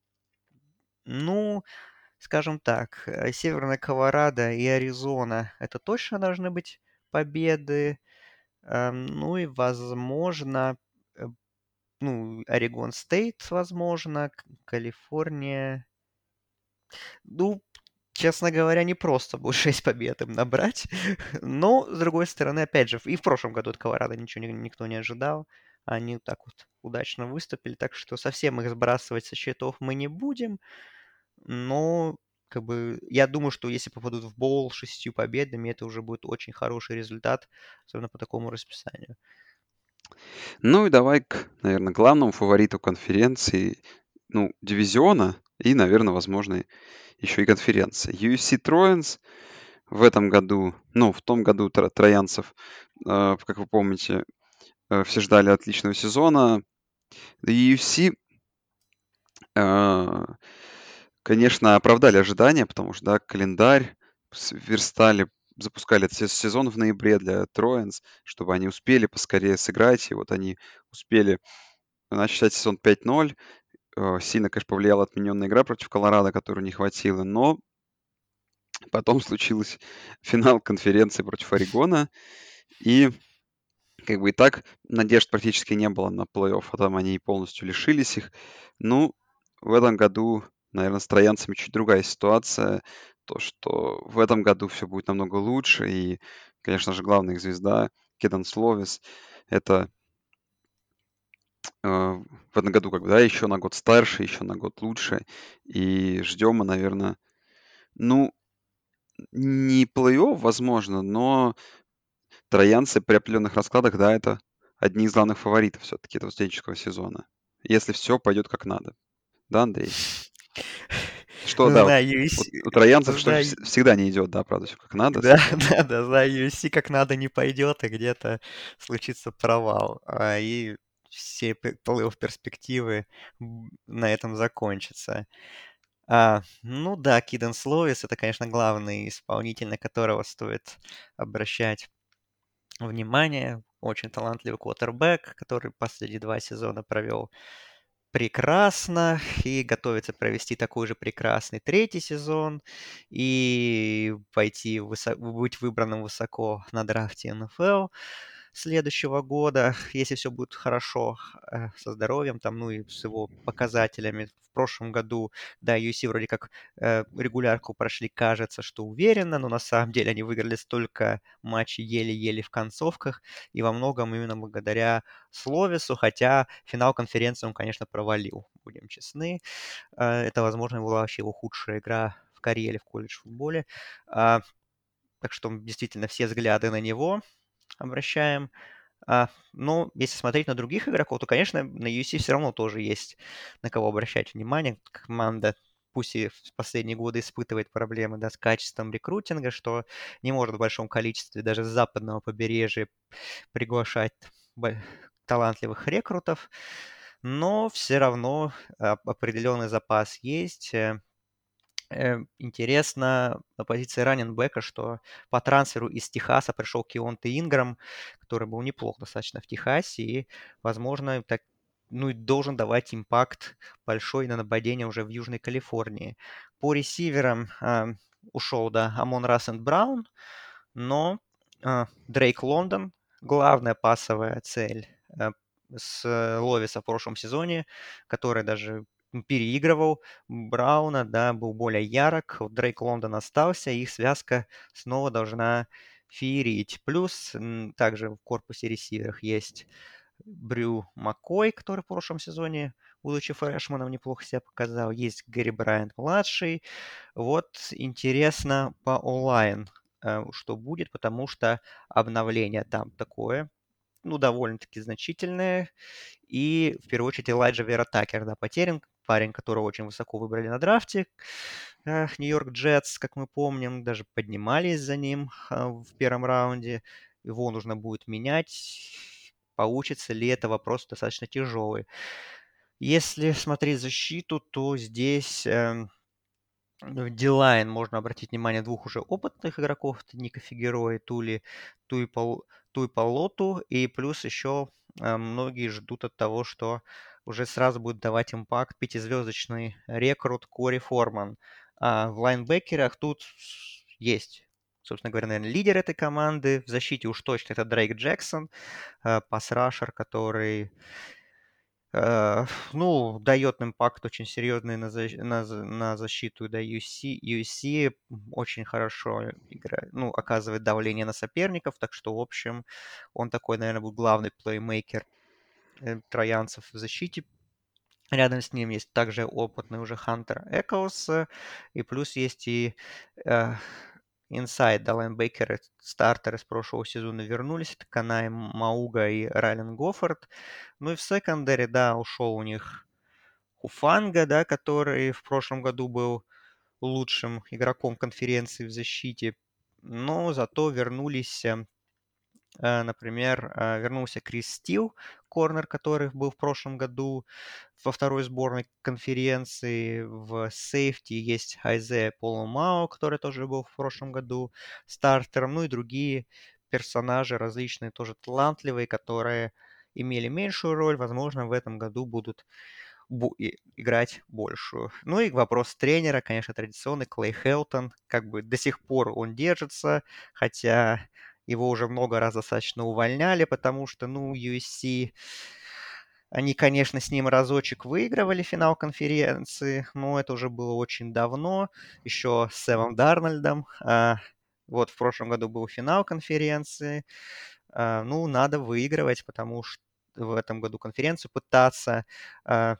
Ну, скажем так, э, Северная Колорадо и Аризона — это точно должны быть победы. Эм, Ну и, возможно, э, ну, Орегон Стейт, возможно, К- Калифорния. Ну, честно говоря, не просто будет шесть побед им набрать. Но, с другой стороны, опять же, и в прошлом году от Колорадо ничего ни- никто не ожидал. Они так вот удачно выступили, так что совсем их сбрасывать со счетов мы не будем. Но, как бы, я думаю, что если попадут в боул с шестью победами, это уже будет очень хороший результат, особенно по такому расписанию. Ну и давай к, наверное, главному фавориту конференции, ну, дивизиона и, наверное, возможно, еще и конференции. ю эф си Троянс в этом году, ну, в том году тро- троянцев, э, как вы помните, э, все ждали отличного сезона. ю эф си, э, конечно, оправдали ожидания, потому что, да, календарь сверстали, запускали этот се- сезон в ноябре для Троянс, чтобы они успели поскорее сыграть, и вот они успели начать сезон пять ноль. Э, Сильно, конечно, повлияла отмененная игра против Колорадо, которую не хватило, но потом случился финал конференции против Орегона, и как бы и так надежд практически не было на плей-офф, а там они и полностью лишились их. Ну, в этом году, наверное, с троянцами чуть другая ситуация. То, что в этом году все будет намного лучше, и, конечно же, главная их звезда Кедан Словис, это э, в этом году как бы, да, еще на год старше, еще на год лучше, и ждем мы, наверное, ну, не плей-офф, возможно, но троянцы при определенных раскладах, да, это одни из главных фаворитов все-таки этого студенческого сезона. Если все пойдет как надо. Да, Андрей? Что, да, вот, Знаю вот ю эф си, у троянцев что знаю, вс- всегда не идет, да, правда, все как надо да, совсем. да, да, знаю ю эф си как надо не пойдет, и где-то случится провал. А, и все п- плей-офф перспективы м, на этом закончатся. А, ну да, Киден Слоис — это, конечно, главный исполнитель, на которого стоит обращать внимание. Очень талантливый квотербек, который последние два сезона провел прекрасно и готовится провести такой же прекрасный третий сезон и пойти высо- быть выбранным высоко на драфте эн эф эл следующего года, если все будет хорошо э, со здоровьем, там, ну и с его показателями. В прошлом году, да, ю эф си вроде как э, регулярку прошли, кажется, что уверенно, но на самом деле они выиграли столько матчей еле-еле в концовках, и во многом именно благодаря Словесу, хотя финал конференции он, конечно, провалил, будем честны. Э, Это, возможно, была вообще его худшая игра в карьере в колледж-футболе. А, Так что действительно все взгляды на него обращаем. А, ну, если смотреть на других игроков, то, конечно, на ю эф си все равно тоже есть на кого обращать внимание. Команда, пусть и в последние годы испытывает проблемы, да, с качеством рекрутинга, что не может в большом количестве даже с западного побережья приглашать бо- талантливых рекрутов, но все равно а, определенный запас есть. Э, Э, интересно на позиции раненбека, что по трансферу из Техаса пришел Кионте Инграм, который был неплох достаточно в Техасе и, возможно, так, ну, и должен давать импакт большой на нападение уже в Южной Калифорнии. По ресиверам а, ушел, да, Амон Рассенд Браун, но а, Дрейк Лондон, главная пасовая цель а, с э, Ловиса в прошлом сезоне, который даже переигрывал Брауна, да, был более ярок. Вот Дрейк Лондон остался, и их связка снова должна феерить. Плюс м, также в корпусе ресиверах есть Брю Маккой, который в прошлом сезоне, будучи фрешманом, неплохо себя показал. Есть Гэри Брайант-младший. Вот интересно по онлайн, э, что будет, потому что обновление там такое, ну, довольно-таки значительное. И, в первую очередь, Элайджа Вера Такер, да, потерян. Парень, которого очень высоко выбрали на драфте. э, Нью-Йорк Джетс, как мы помним, даже поднимались за ним э, в первом раунде. Его нужно будет менять. Получится ли это, вопрос достаточно тяжелый. Если смотреть защиту, то здесь эм, в D-Line можно обратить внимание двух уже опытных игроков. Это Ника Фигеро и Тули Туйпал, Туйпалоту. И плюс еще э, многие ждут от того, что уже сразу будет давать импакт пятизвездочный рекрут Кори Форман. А в лайнбекерах тут есть, собственно говоря, наверное, лидер этой команды. В защите уж точно это Дрейк Джексон, э, пасрашер, который Э, ну, дает импакт очень серьезный на, защ- на, за- на защиту, да, ю эф си. ю эф си очень хорошо играет, ну, оказывает давление на соперников, так что, в общем, он такой, наверное, будет главный плеймейкер э, троянцев в защите. Рядом с ним есть также опытный уже Хантер Эклс, э, и плюс есть и э, инсайд, да, лайнбекеры, стартеры с прошлого сезона вернулись. Это Канай Мауга и Райлен Гоффорд. Ну и в секондаре, да, ушел у них Хуфанга, да, который в прошлом году был лучшим игроком конференции в защите. Но зато вернулись э, Э, например, э, вернулся Крис Стил, корнер, который был в прошлом году во второй сборной конференции. В сейфти есть Айзе Полумао, который тоже был в прошлом году стартером. Ну и другие персонажи различные, тоже талантливые, которые имели меньшую роль, возможно, в этом году будут бу- и- играть большую. Ну и вопрос тренера, конечно, традиционный, Клей Хелтон. Как бы до сих пор он держится, хотя его уже много раз достаточно увольняли, потому что, ну, ю эф си, они, конечно, с ним разочек выигрывали финал конференции, но это уже было очень давно, еще с Сэмом Дарнольдом. А, вот в прошлом году был финал конференции. А, ну, надо выигрывать, потому что в этом году конференцию пытаться. А,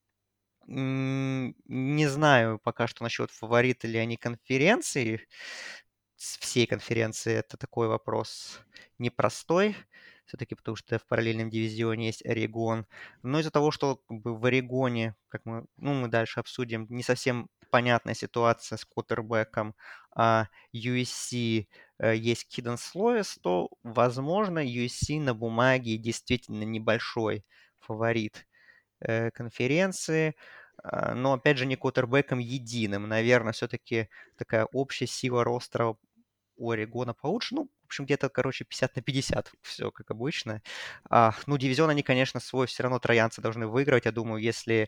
М, Не знаю пока что насчет фаворита ли они конференции. С всей конференции это такой вопрос непростой. Все-таки потому что в параллельном дивизионе есть Орегон. Но из-за того, что как бы в Орегоне, как мы, ну, мы дальше обсудим, не совсем понятная ситуация с квотербеком, а ю эс си э, есть Киден Слоис, то, возможно, ю эс си на бумаге действительно небольшой фаворит э, конференции, а, но, опять же, не квотербеком единым. Наверное, все-таки такая общая сила ростера у Орегона получше. Ну, в общем, где-то, короче, пятьдесят на пятьдесят. Все как обычно. А, ну, дивизион они, конечно, свой все равно троянцы должны выигрывать. Я думаю, если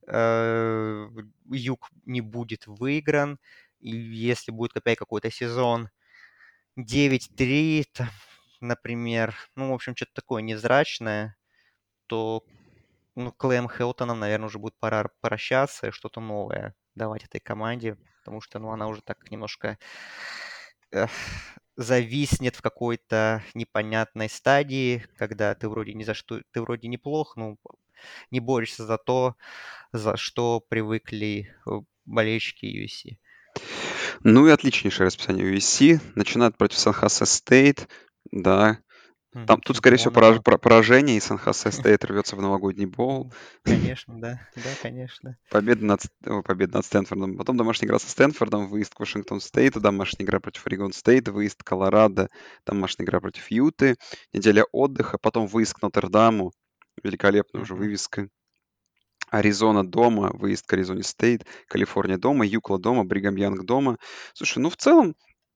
э, Юг не будет выигран, и если будет опять какой-то сезон девять три, там, например, ну, в общем, что-то такое невзрачное, то ну, Клеем Хелтоном, наверное, уже будет пора прощаться и что-то новое давать этой команде, потому что, ну, она уже так немножко эх, зависнет в какой-то непонятной стадии, когда ты вроде ни за что, ты вроде неплох, ну, не борешься за то, за что привыкли э, болельщики ю эф си. Ну и отличнейшее расписание ю эс си. Начинает против Сан-Хосе Стейт. Да, Мгм, там тут, скорее всего, чемпионы, пораж- да. пора- поражение, и Сан-Хосе Стейт рвется в новогодний боул. М, Конечно, да, да, конечно. Победа над, Ст- о, победа над Стэнфордом. Потом домашняя игра со Стэнфордом, выезд к Вашингтон Стейту, домашняя игра против Орегон Стейт, выезд к Колорадо, домашняя игра против Юты, неделя отдыха, потом выезд к Нотр-Даму, великолепная уже Мгм. вывеска. Аризона дома, выезд к Аризоне Стейт, Калифорния дома, Юкла дома, Бригам Янг дома. Слушай, ну в целом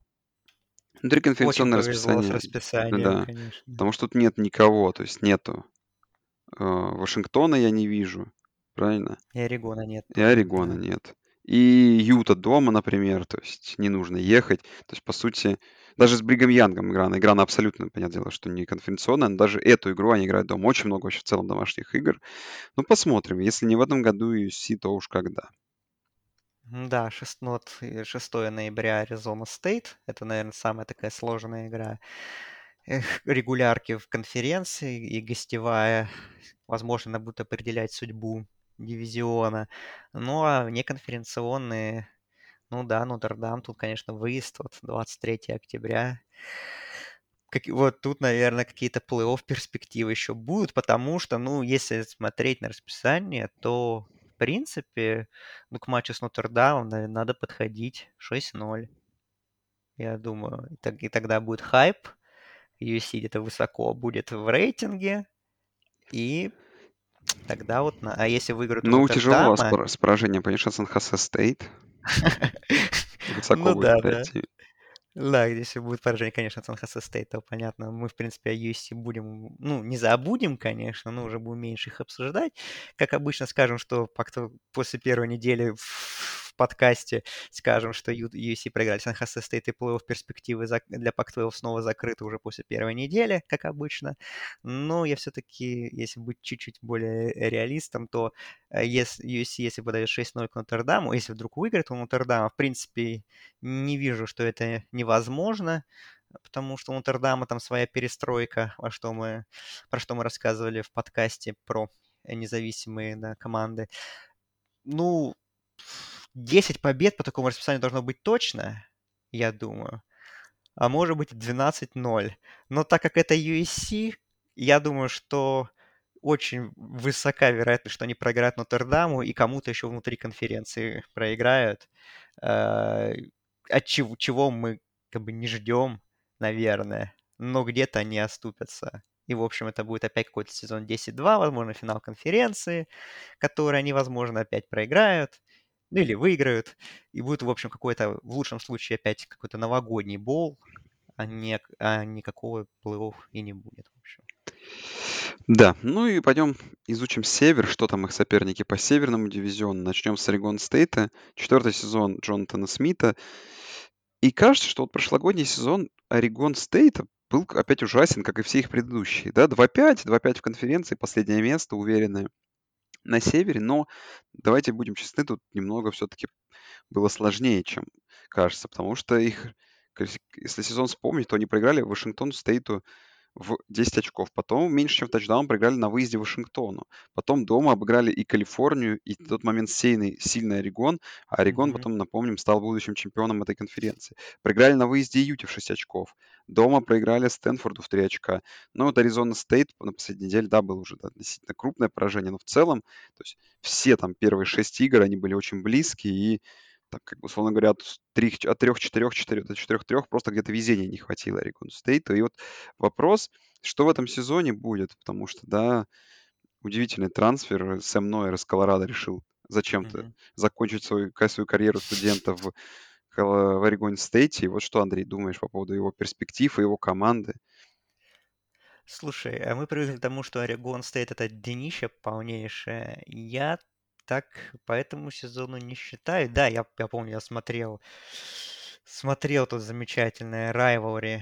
Очень внутриконференционное повезло с расписание, расписанием, да, конечно. потому что тут нет никого, то есть нету э, Вашингтона я не вижу, правильно? И Орегона нет И тоже, Орегона да. нет. И Юта дома, например, то есть не нужно ехать. То есть, по сути, даже с Бригам Янгом игра, она игра на абсолютно, понятное дело, что не конференционная, но даже эту игру они играют дома. Очень много вообще в целом домашних игр. Ну, посмотрим. Если не в этом году ю эф си, то уж когда. М, Да, шест- ну вот э, шестого ноября Аризона Стейт. Это, наверное, самая такая сложная игра эх, регулярки в конференции и гостевая. Возможно, она будет определять судьбу дивизиона. Ну, а неконференционные, ну да, Нотр-Дам, тут, конечно, выезд, вот двадцать третьего октября. Как, вот тут, наверное, какие-то плей-офф перспективы еще будут, потому что, ну, если смотреть на расписание, то, в принципе, ну, к матчу с Нотр-Дамом, наверно, надо подходить шесть ноль, я думаю. И, так- и тогда будет хайп, ю эф си где-то высоко будет в рейтинге, и тогда вот, на- а если выиграют у Ну, тяжело а с, Нотр-Дама, пор- с поражением, конечно, Сан-Хосе Стейт. Высоко ну будет да, да. подойти. Да, если будет поражение, конечно, от Сан-Хосе Стейт, то понятно. Мы, в принципе, о ю эф си будем, ну, не забудем, конечно, но уже будем меньше их обсуждать. Как обычно скажем, что как-то после первой недели в подкасте скажем, что ю эф си проиграли Сан-Хосе Стейт и плей-офф перспективы зак для Пак двенадцать снова закрыты уже после первой недели, как обычно. Но я все-таки, если быть чуть-чуть более реалистом, то э, если ю эф си, если подает шесть ноль к Нотр-Даму, если вдруг выиграет у Нотр-Дама, в принципе, не вижу, что это невозможно, потому что у Нотр-Дама там своя перестройка, во что мы, про что мы рассказывали в подкасте про независимые, да, команды. Ну, десять побед по такому расписанию должно быть точно, я думаю. А может быть двенадцать ноль. Но так как это ю эф си, я думаю, что очень высока вероятность, что они проиграют Нотр-Даму и кому-то еще внутри конференции проиграют. Э, От чего, чего мы как бы не ждем, наверное. Но где-то они оступятся. И, в общем, это будет опять какой-то сезон десять два, возможно, финал конференции, который они, возможно, опять проиграют. Ну или выиграют. И будет, в общем, какой-то, в лучшем случае, опять какой-то новогодний боул, а, не, а никакого плей-офф и не будет, в общем. Да, ну и пойдем изучим север, что там их соперники по северному дивизиону. Начнем с Орегон Стейта. Четвертый сезон Джонатана Смита. И кажется, что вот прошлогодний сезон Орегон Стейта был опять ужасен, как и все их предыдущие. Да, два пять, два пять в конференции, последнее место, уверенное на севере. Но давайте будем честны, тут немного все-таки было сложнее, чем кажется, потому что их, если сезон вспомнить, то они проиграли Вашингтон Стейту в десять очков. Потом меньше, чем в тачдаун проиграли на выезде Вашингтону. Потом дома обыграли и Калифорнию, и в тот момент сильный, сильный Орегон. А Орегон, Мгм. потом, напомним, стал будущим чемпионом этой конференции. Проиграли на выезде Юте в шесть очков. Дома проиграли Стэнфорду в три очка. Но вот Аризона Стейт на последней неделе, да, было уже да, действительно крупное поражение. Но в целом, то есть все там первые шесть игр, они были очень близкие. И так, как бы, условно говоря, от трех, от трех, четырех, четырех до четырех, трех просто где-то везения не хватило Орегон Стейту. И вот вопрос, что в этом сезоне будет, потому что, да, удивительный трансфер. Сэм Нойер из Колорадо решил зачем-то Мгм. закончить свою, ка- свою карьеру студента в, Кол- в Орегон Стейте. И вот что, Андрей, думаешь по поводу его перспектив и его команды? Слушай, а мы привыкли к тому, что Орегон Стейт это днище полнейшее. Я так по этому сезону не считаю. Да, я, я помню, я смотрел, смотрел тут замечательное Rivalry.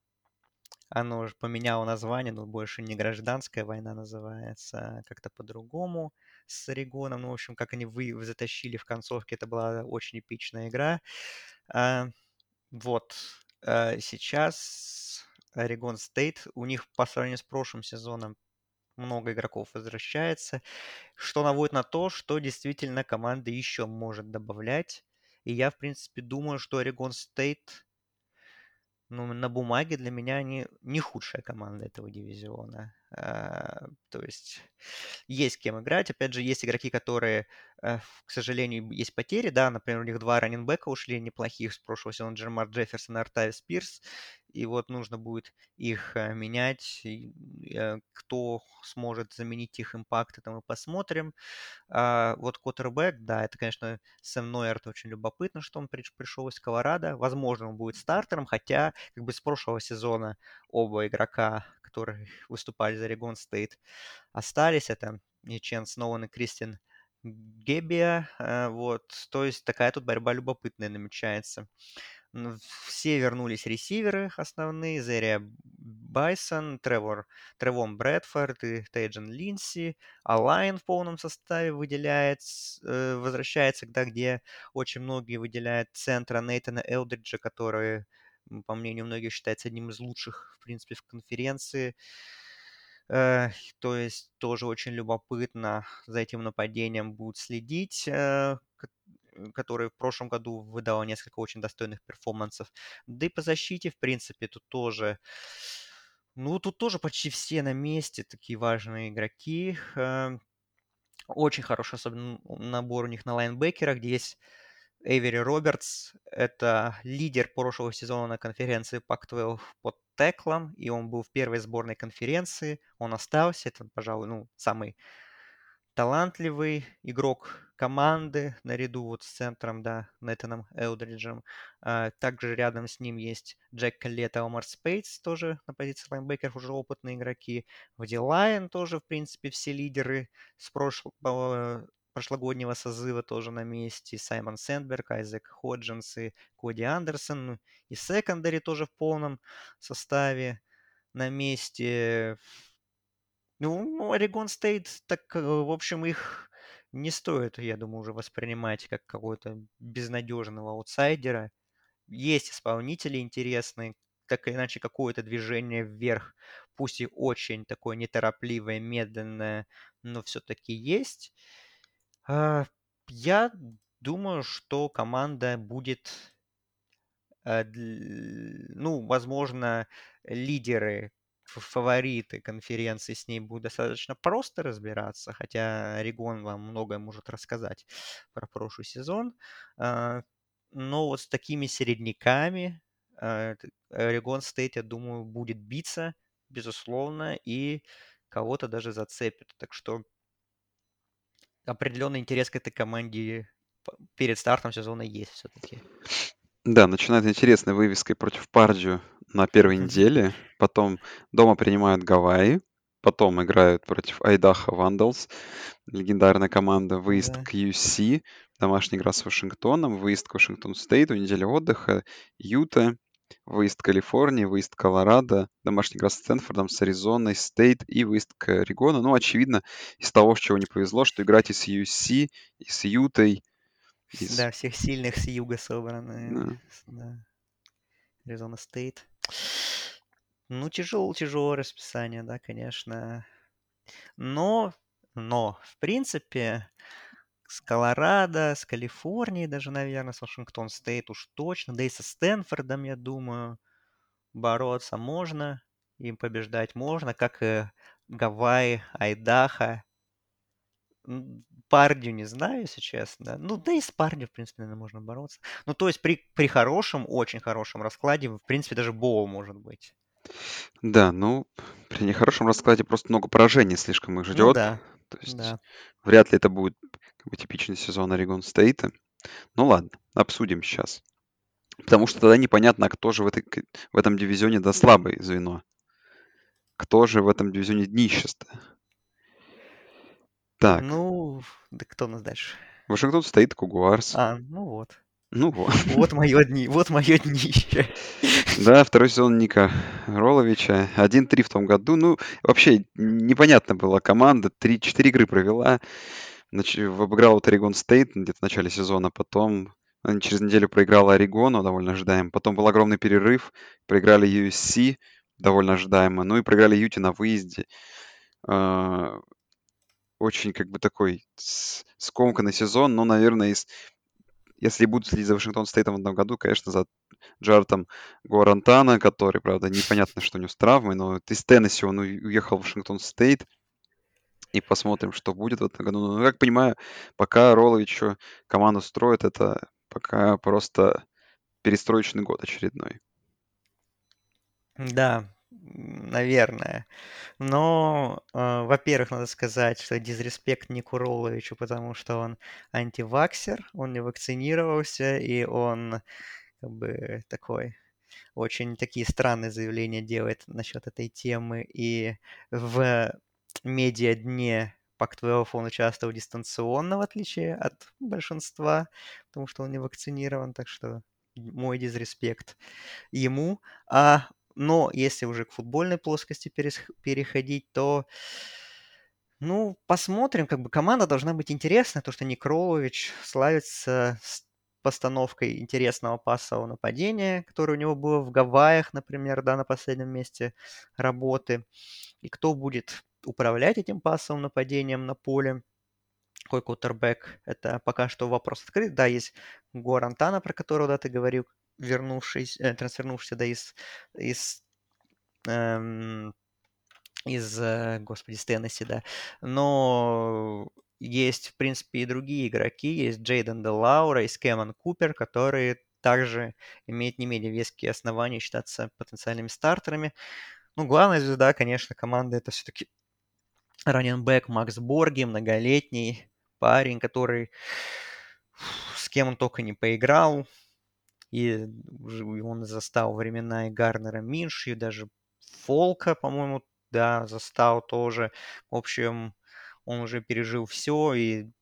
Оно уже поменяло название, но больше не гражданская война называется, а как-то по-другому с Орегоном. Ну, в общем, как они вы затащили в концовке, это была очень эпичная игра. А, вот. А, сейчас Орегон Стейт, у них по сравнению с прошлым сезоном много игроков возвращается, что наводит на то, что действительно команда еще может добавлять. И я, в принципе, думаю, что Орегон Стейт, ну, на бумаге для меня они не худшая команда этого дивизиона. А, то есть есть с кем играть. Опять же, есть игроки, которые, э, к сожалению, есть потери. Да, например, у них два раненбека ушли неплохих с прошлого сезона, Джермар Джефферсон и Артавис Пирс. И вот нужно будет их э, менять. И, э, кто сможет заменить их импакт, это мы посмотрим. А вот квотербек, да, это, конечно, Сэм Нойерт очень любопытно, что он приш- пришел из Колорадо. Возможно, он будет стартером, хотя как бы с прошлого сезона оба игрока, которые выступали за Орегон Стейт, остались. Это и Чен Сноуэн и Кристин Геббия. Э, Вот, то есть такая тут борьба любопытная намечается. Ну, все вернулись ресиверы основные. Зерия Байсон, Тревор, Тревон Брэдфорд и Тейджин Линси. А Лайн в полном составе выделяет, с- э, возвращается, когда где очень многие выделяют центра Нейтана Элдриджа, который, м, по мнению многих, считается одним из лучших, в принципе, в конференции. Э, То есть тоже очень любопытно за этим нападением будут следить, э, ко- э, который в прошлом году выдал несколько очень достойных перформансов. Да и по защите, в принципе, тут тоже, ну, тут тоже почти все на месте, такие важные игроки. Э, Очень хороший, особенно набор у них на лайнбекера, где есть Эйвери Робертс. Это лидер прошлого сезона на конференции Пак двенадцать по теклам, и он был в первой сборной конференции. Он остался. Это, пожалуй, ну, самый талантливый игрок команды наряду вот с центром, да, Нэтаном Элдриджем. А, также рядом с ним есть Джек Коллет и Омар Спейтс, тоже на позиции лайнбекеров уже опытные игроки. В Дилайн тоже, в принципе, все лидеры с прошлого, прошлогоднего созыва тоже на месте. Саймон Сэндберг, Айзек Ходжинс и Коди Андерсон. Ну, и секондари тоже в полном составе на месте. Ну, ну, Орегон Стейт, так, э, в общем, их не стоит, я думаю, уже воспринимать как какого-то безнадежного аутсайдера. Есть исполнители интересные, так или иначе какое-то движение вверх, пусть и очень такое неторопливое, медленное, но все-таки есть. А, Я думаю, что команда будет, э, дл- ну, возможно, лидеры, ф- фавориты конференции с ней будут достаточно просто разбираться, хотя Орегон вам многое может рассказать про прошлый сезон. А, Но вот с такими середняками а, т- Орегон Стейт, я думаю, будет биться, безусловно, и кого-то даже зацепит. Так что определенный интерес к этой команде п- перед стартом сезона есть все-таки. Да, начинает интересной вывеской против Пардию на первой неделе. Потом дома принимают Гавайи. Потом играют против Айдахо Вандалс, легендарная команда. Выезд Да. к ю си, домашняя игра с Вашингтоном, выезд к Вашингтон Стейту, неделя отдыха, Юта, выезд к Калифорнии, выезд к Колорадо, домашняя игра с Стэнфордом, с Аризоной, Стейт и выезд к Орегону. Ну, очевидно, из того, с чего не повезло, что играть и с ю си, и с Ютой, и Вс- с... Да, всех сильных с юга собраны. Да. С- Да, Аризона Стейт. Ну, тяжело, тяжелое расписание, да, конечно. Но, но, в принципе, с Колорадо, с Калифорнией даже, наверное, с Вашингтон Стейт уж точно, да и со Стэнфордом, я думаю, бороться можно, им побеждать можно, как и Гавайи, Айдахо. М, Пардию не знаю, если честно. Ну, да и с Пардию, в принципе, наверное, можно бороться. Ну, то есть при, при хорошем, очень хорошем раскладе, в принципе, даже боул может быть. Да, ну, при нехорошем раскладе просто много поражений слишком их Ну ждет. да, То есть да. вряд ли это будет как бы типичный сезон Орегон Стейта. Ну ладно, обсудим сейчас. Потому что тогда непонятно, а кто же в, этой, к- в этом дивизионе да слабое звено. Кто же в этом дивизионе днищесто. Так, Ну, да кто у нас дальше? Вашингтон Стейт, Кугуарс. А, ну вот. Ну вот. Вот мое дни, вот мое днище. Да, второй сезон Ника Роловича. один-три в том году. Ну, вообще непонятно была команда. Три-четыре игры провела. Нач- Обыграл вот Орегон Стейт где-то в начале сезона. Потом они через неделю проиграла Орегону, довольно ожидаемо. Потом был огромный перерыв. Проиграли ю эс си, довольно ожидаемо. Ну и проиграли Юти на выезде. А, Очень как бы такой с- скомканный сезон. Но, наверное, из- если будут следить за Вашингтон Стейтом в этом году, конечно, за Джартом Гуарантана, который, правда, непонятно, что у него с травмой, но из Теннесси он у- уехал в Вашингтон Стейт, и посмотрим, что будет в этом году. Но, как понимаю, пока Роллович еще команду строит, это пока просто перестроечный год очередной. Да, м, наверное. Но, э, во-первых, надо сказать, что дизреспект Нику Ролловичу, потому что он антиваксер, он не вакцинировался, и он как бы такой очень такие странные заявления делает насчет этой темы. И в медиа-дне пак двенадцать он участвовал дистанционно, в отличие от большинства, потому что он не вакцинирован, так что мой дизреспект ему. А, но если уже к футбольной плоскости перес- переходить, то, ну, посмотрим, как бы команда должна быть интересная, то что Николович славится с постановкой интересного пассового нападения, которое у него было в Гавайях, например, да, на последнем месте работы. И кто будет управлять этим пассовым нападением на поле, какой квотербек, это пока что вопрос открыт. Да, есть Гуарантана, про которого, да, ты говорил, вернувшись, э, трансфернувшийся, да, из, из эм, из, э, господи, с Теннесси, да. Но есть, в принципе, и другие игроки. Есть Джейден Де Лаура, есть Кэмон Купер, которые также имеют не менее веские основания считаться потенциальными стартерами. Ну, главная звезда, конечно, команды это все-таки раненбэк Макс Борги, многолетний парень, который с кем он только не поиграл, и уже он застал времена и Гарнера Минши, и даже Фолка, по-моему, да, застал тоже. В общем, он уже пережил все, и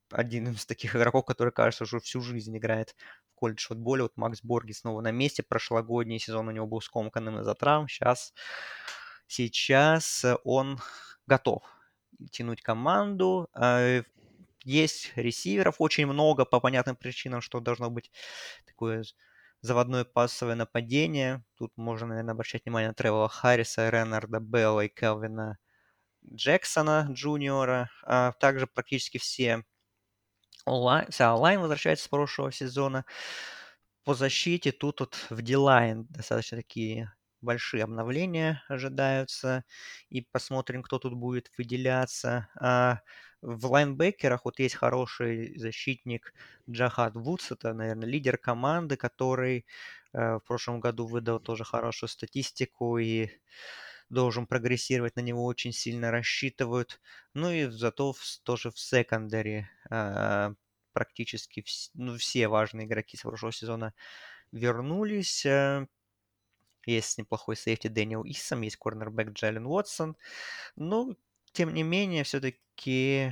один из таких игроков, который, кажется, уже всю жизнь играет в колледж-футболе. Вот Макс Борги снова на месте. Прошлогодний сезон у него был скомканным из-за травм. Сейчас, сейчас он готов тянуть команду. Э, Есть ресиверов очень много по понятным причинам, что должно быть такое заводное пассовое нападение. Тут можно, наверное, обращать внимание на Тревора Харриса, Ренарда Белла и Келвина Джексона Джуниора. А также практически все онлайн, вся онлайн возвращается с прошлого сезона. По защите тут вот в D-Line достаточно такие большие обновления ожидаются. И посмотрим, кто тут будет выделяться. А в лайнбекерах вот есть хороший защитник Джахад Вудс. Это, наверное, лидер команды, который э, в прошлом году выдал тоже хорошую статистику и должен прогрессировать, на него очень сильно рассчитывают. Ну и зато в, тоже в секондаре э, практически вс- ну, все важные игроки с прошлого сезона вернулись. Э, Есть неплохой сейфти Дэниел Исом, есть корнербэк Джален Уотсон. Но, тем не менее, все-таки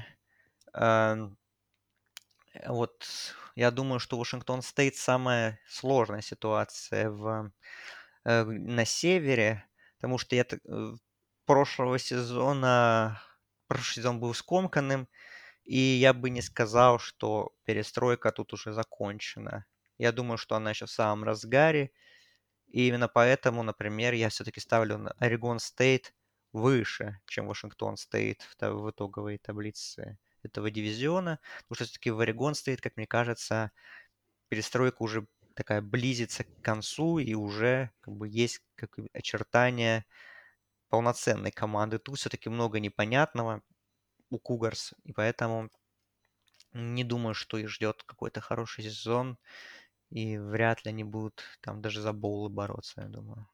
вот я думаю, что Вашингтон Стейт самая сложная ситуация в, э, на севере, потому что я так, э, прошлого сезона, прошлый сезон был скомканным, и я бы не сказал, что перестройка тут уже закончена. Я думаю, что она еще в самом разгаре. И именно поэтому, например, я все-таки ставлю на Орегон Стейт выше, чем Вашингтон Стейт в, та- в итоговой таблице этого дивизиона. Потому что все-таки в Орегон Стейт, как мне кажется, перестройка уже такая близится к концу, и уже как бы есть как бы очертания полноценной команды. Тут все-таки много непонятного у Кугарс, и поэтому не думаю, что их ждет какой-то хороший сезон, и вряд ли они будут там даже за боулы бороться, я думаю.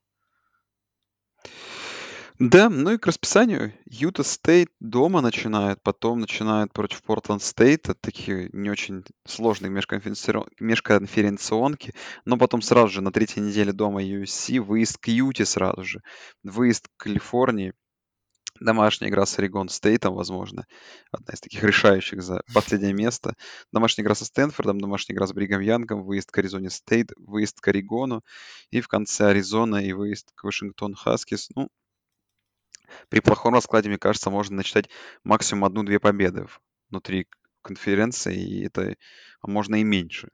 Да, ну и к расписанию. Юта Стейт дома начинает, потом начинает против Портленд Стейт. Это такие не очень сложные межконференцион- межконференционки. Но потом сразу же на третьей неделе дома ю эс си, выезд к Юте сразу же, выезд к Калифорнии. Домашняя игра с Орегон Стейтом, возможно, одна из таких решающих за последнее место. Домашняя игра со Стэнфордом, домашняя игра с Бригам Янгом, выезд к Аризоне Стейт, выезд к Орегону, и в конце Аризона и выезд к Вашингтон Хаскис. Ну, при плохом раскладе, мне кажется, можно начитать максимум одну-две победы в- внутри конференции, и это а можно и меньше.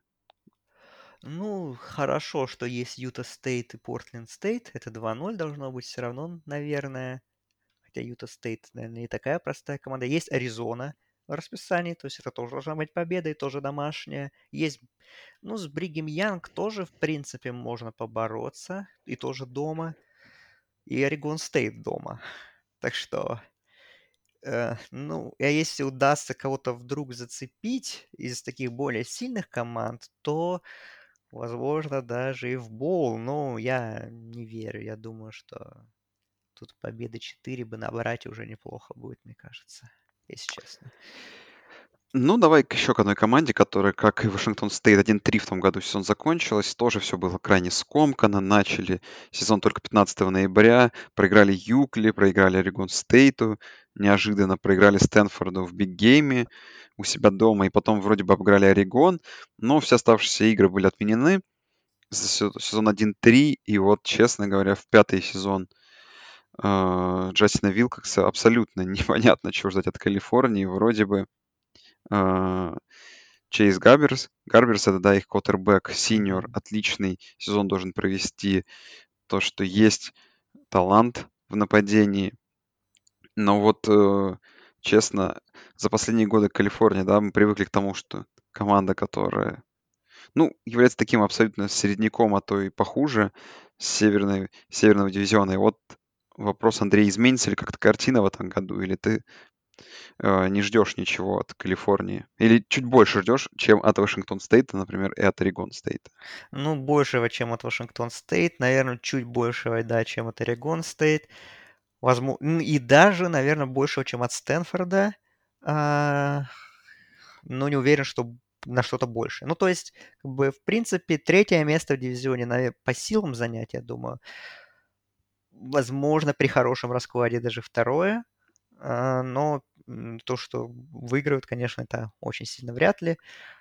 Ну, хорошо, что есть Юта Стейт и Портленд Стейт. Это два ноль должно быть все равно, наверное. Хотя Юта Стейт, наверное, не такая простая команда. Есть Аризона в расписании, то есть это тоже должна быть победа и тоже домашняя. Есть, ну, с Бригем Янг тоже, в принципе, можно побороться, и тоже дома. И Орегон Стейт дома. Так что, э, ну, а если удастся кого-то вдруг зацепить из таких более сильных команд, то возможно, даже и в боул. Но я не верю. Я думаю, что тут победы четыре бы набрать уже неплохо будет, мне кажется, если честно. Ну, давай к еще к одной команде, которая, как и Вашингтон Стейт, один три в том году сезон закончилась. Тоже все было крайне скомканно. Начали сезон только пятнадцатого ноября. Проиграли Юкли, проиграли Орегон Стейту. Неожиданно проиграли Стэнфорду в биггейме у себя дома. И потом вроде бы обыграли Орегон. Но все оставшиеся игры были отменены. За се- сезон один три. И вот, честно говоря, в пятый сезон э, Джастина Вилкокса абсолютно непонятно, чего ждать от Калифорнии. Вроде бы э, Чейз Габберс. Гарберс — это, да, их квотербек, синьор, Мгм. отличный сезон должен провести. То, что есть талант в нападении. Но вот, э, честно, за последние годы Калифорния, да, мы привыкли к тому, что команда, которая, ну, является таким абсолютно середняком, а то и похуже северной, северного дивизиона. И вот вопрос, Андрей, изменится ли как-то картина в этом году, или ты э, не ждешь ничего от Калифорнии? Или чуть больше ждешь, чем от Вашингтон Стейта, например, и от Орегон Стейта? Ну, большего, чем от Вашингтон Стейт. Наверное, чуть большего, да, чем от Орегон Стейт. Возможно, и даже, наверное, большего, чем от Стэнфорда. А, но не уверен, что на что-то больше. Ну, то есть, как бы, в принципе, третье место в дивизионе, наверное, по силам занять, я думаю. Возможно, при хорошем раскладе даже второе. А, но м, то, что выиграют, конечно, это очень сильно вряд ли.